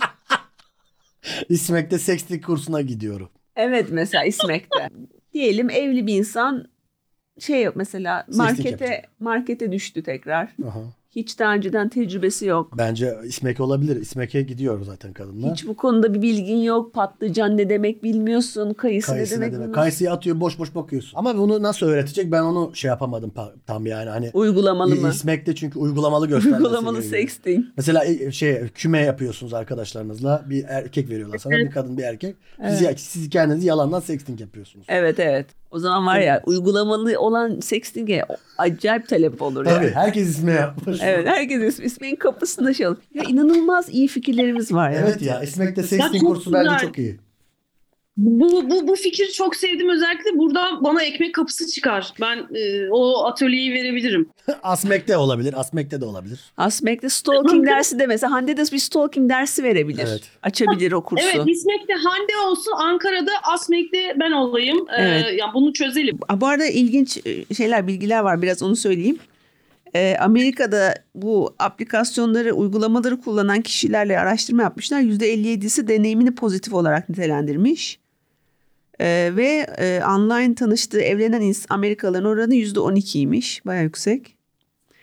İsmek'te sexting kursuna gidiyorum. Evet mesela İsmek'te. Diyelim evli bir insan şey yok mesela, markete yapacak. markete düştü tekrar. Aha. Hiç daha önceden tecrübesi yok. Bence İsmek olabilir. İsmek'e gidiyor zaten kadınlar. Hiç bu konuda bir bilgin yok. Patlıcan ne demek bilmiyorsun. Kayısı, Kayısı ne demek, ne demek? bilmiyorsun. Kayısıyı atıyor, boş boş bakıyorsun. Ama bunu nasıl öğretecek ben onu şey yapamadım pa- tam yani. Hani Uygulamalı mı? İsmek'te çünkü uygulamalı göstermesi Uygulamalı gerekiyor. sexting. Mesela e, şey küme yapıyorsunuz arkadaşlarınızla. Bir erkek veriyorlar sana. Bir kadın bir erkek. Siz, Evet. siz kendiniz yalandan sexting yapıyorsunuz. Evet evet. O zaman var ya, uygulamalı olan sexting'e acayip talep olur. Tabii Yani. herkes isme yapmış. Evet, herkes is- ismin kapısında çalıyor. Ya inanılmaz iyi fikirlerimiz var ya. Evet ya İsmek'te sexting çok kursu bence güzel. çok iyi. Bu, bu, bu fikri çok sevdim. Özellikle buradan bana ekmek kapısı çıkar. Ben e, o atölyeyi verebilirim. Asmek'te olabilir. Asmek'te de olabilir. Asmek'te stalking dersi de mesela Hande de bir stalking dersi verebilir. Evet. Açabilir o kursu. Evet, İsmek'te Hande olsun, Ankara'da Asmek'te ben olayım. Ee, Evet. yani bunu çözelim. Aa, bu arada ilginç şeyler, bilgiler var. Biraz onu söyleyeyim. Ee, Amerika'da bu aplikasyonları, uygulamaları kullanan kişilerle araştırma yapmışlar. yüzde elli yedisi deneyimini pozitif olarak nitelendirmiş. Ee, ve e, online tanıştığı evlenen ins- Amerikalıların oranı yüzde on ikiymiş. Bayağı yüksek.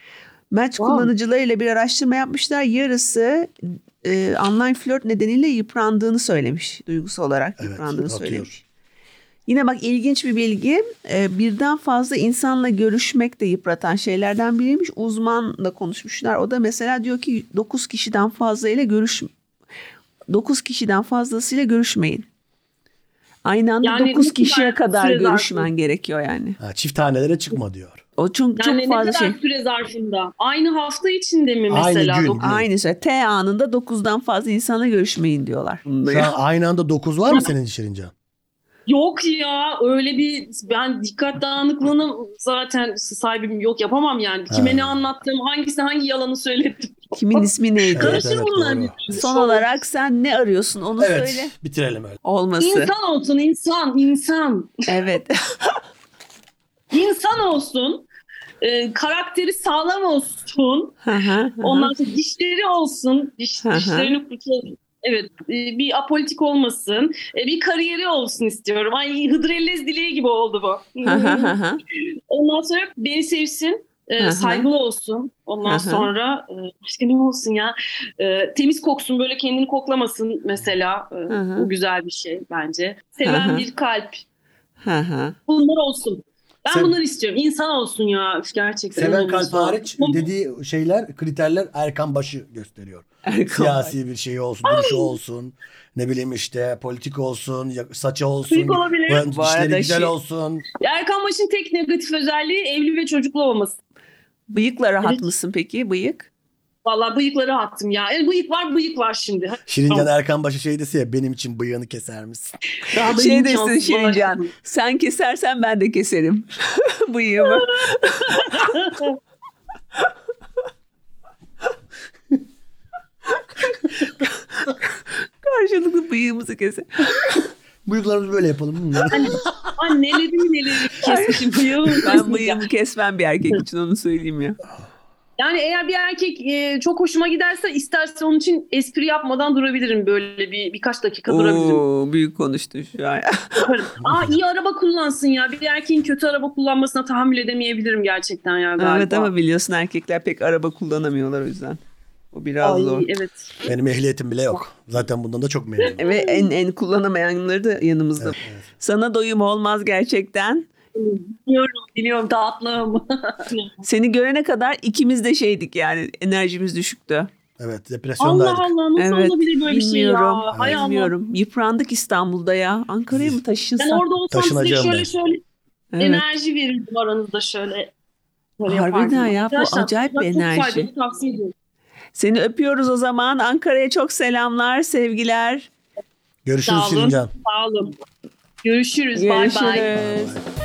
Match Wow. kullanıcılarıyla bir araştırma yapmışlar. Yarısı e, online flört nedeniyle yıprandığını söylemiş. Duygusal olarak Evet, yıprandığını atıyor. söylemiş. Yine bak ilginç bir bilgi. E, birden fazla insanla görüşmek de yıpratan şeylerden biriymiş. Uzmanla konuşmuşlar. O da mesela diyor ki dokuz kişiden fazla ile görüş dokuz kişiden fazlasıyla görüşmeyin. Aynı anda Yani dokuz ne kişiye kadar kadar süre görüşmen zarfı? gerekiyor yani. Ha, çift hanelere çıkma diyor. O çok, Yani çok ne fazla kadar şey. süre zarfında? Aynı hafta içinde mi Aynı mesela? gün. Dokuz- Aynı şey. T anında dokuzdan fazla insana görüşmeyin diyorlar. Şu an aynı anda dokuz var mı senin Şirincan? Yok ya, öyle bir ben dikkat dağınıklığına zaten sahibim, yok, yapamam yani. Kime Ha. ne anlattım, hangisine hangi yalanı söyledim. Kimin ismi neydi? Evet, Karışır evet, bunlar doğru. birbirine. Son olarak sen ne arıyorsun onu Evet, söyle. bitirelim öyle. Olması. İnsan olsun, insan, insan. Evet. İnsan olsun, e, karakteri sağlam olsun, Hı hı, hı hı. ondan sonra dişleri olsun, diş, Hı hı. dişlerini kurtarın. Evet, e, bir apolitik olmasın, e, bir kariyeri olsun istiyorum. Ay, Hıdrellez dileği gibi oldu bu. Hı hı, hı hı. Ondan sonra beni sevsin, e, Hı hı. saygılı olsun. Ondan Hı hı. sonra e, başka ne olsun ya? E, temiz koksun, böyle kendini koklamasın mesela. E, Hı hı. bu güzel bir şey bence. Seven Hı hı. bir kalp. Hı hı. Bunlar olsun. Ben Sev- bunları istiyorum. İnsan olsun ya. Üf, gerçekten. Seven öyle kalp olsun. hariç dediği şeyler, kriterler Erkan Başı gösteriyor. Erkan Siyasi bir şey olsun, duruşu olsun, ne bileyim işte politik olsun, ya- saçı olsun, Bıyık olabilir. bu- Bu arada dişleri güzel şey- olsun. Erkan Baş'ın tek negatif özelliği evli ve çocuklu olması. Bıyıkla rahat Evet. mısın peki? Bıyık? Vallahi bıyıkları attım ya. Yani bıyık var, bıyık var şimdi. Şirincan Tamam. Erkan Başı şey dese ya, benim için bıyığını keser misin? Daha da Şey desin imkansız. Şirincan. Sen kesersen ben de keserim. Bıyığımı. Karşılıklı bıyığımızı keser. Bıyıklarımızı böyle yapalım. Ay, neleri neleri kesmişim bıyığımı. Ben bıyığımı kesmem bir erkek için, onu söyleyeyim ya. Yani eğer bir erkek e, çok hoşuma giderse, isterse onun için espri yapmadan durabilirim, böyle bir birkaç dakika durabilirim. Oo, büyük konuştun şu an. Yaparım. Aa, iyi araba kullansın ya. Bir erkeğin kötü araba kullanmasına tahammül edemeyebilirim gerçekten ya galiba. Evet ama biliyorsun erkekler pek araba kullanamıyorlar o yüzden. O biraz Ay, zor. evet. Benim ehliyetim bile yok. Zaten bundan da çok memnunum. Ve en en kullanamayanları da yanımızda. Evet, evet. Sana doyum olmaz gerçekten. Biliyorum, biliyorum tatlım. Seni görene kadar ikimiz de şeydik yani, enerjimiz düşüktü. Evet, depresyondaydık. Allah Allah, nasıl Evet, olabilir böyle bir şey bilmiyorum. ya? Hay Allah. Bilmiyorum. Yıprandık İstanbul'da ya. Ankara'ya mı taşınsak? Ben orada olsam size Taşınacağım şöyle ben. şöyle Evet. enerji verirdim aranızda şöyle. Böyle Harbiden yapardım. ya, bu Arkadaşlar, acayip bir çok enerji. faydalı, tavsiye ediyorum. Seni öpüyoruz o zaman. Ankara'ya çok selamlar, sevgiler. Görüşürüz Sağ olun. Şirincan. Sağ olun. Görüşürüz. Bye bye. Görüşürüz. Bye bye.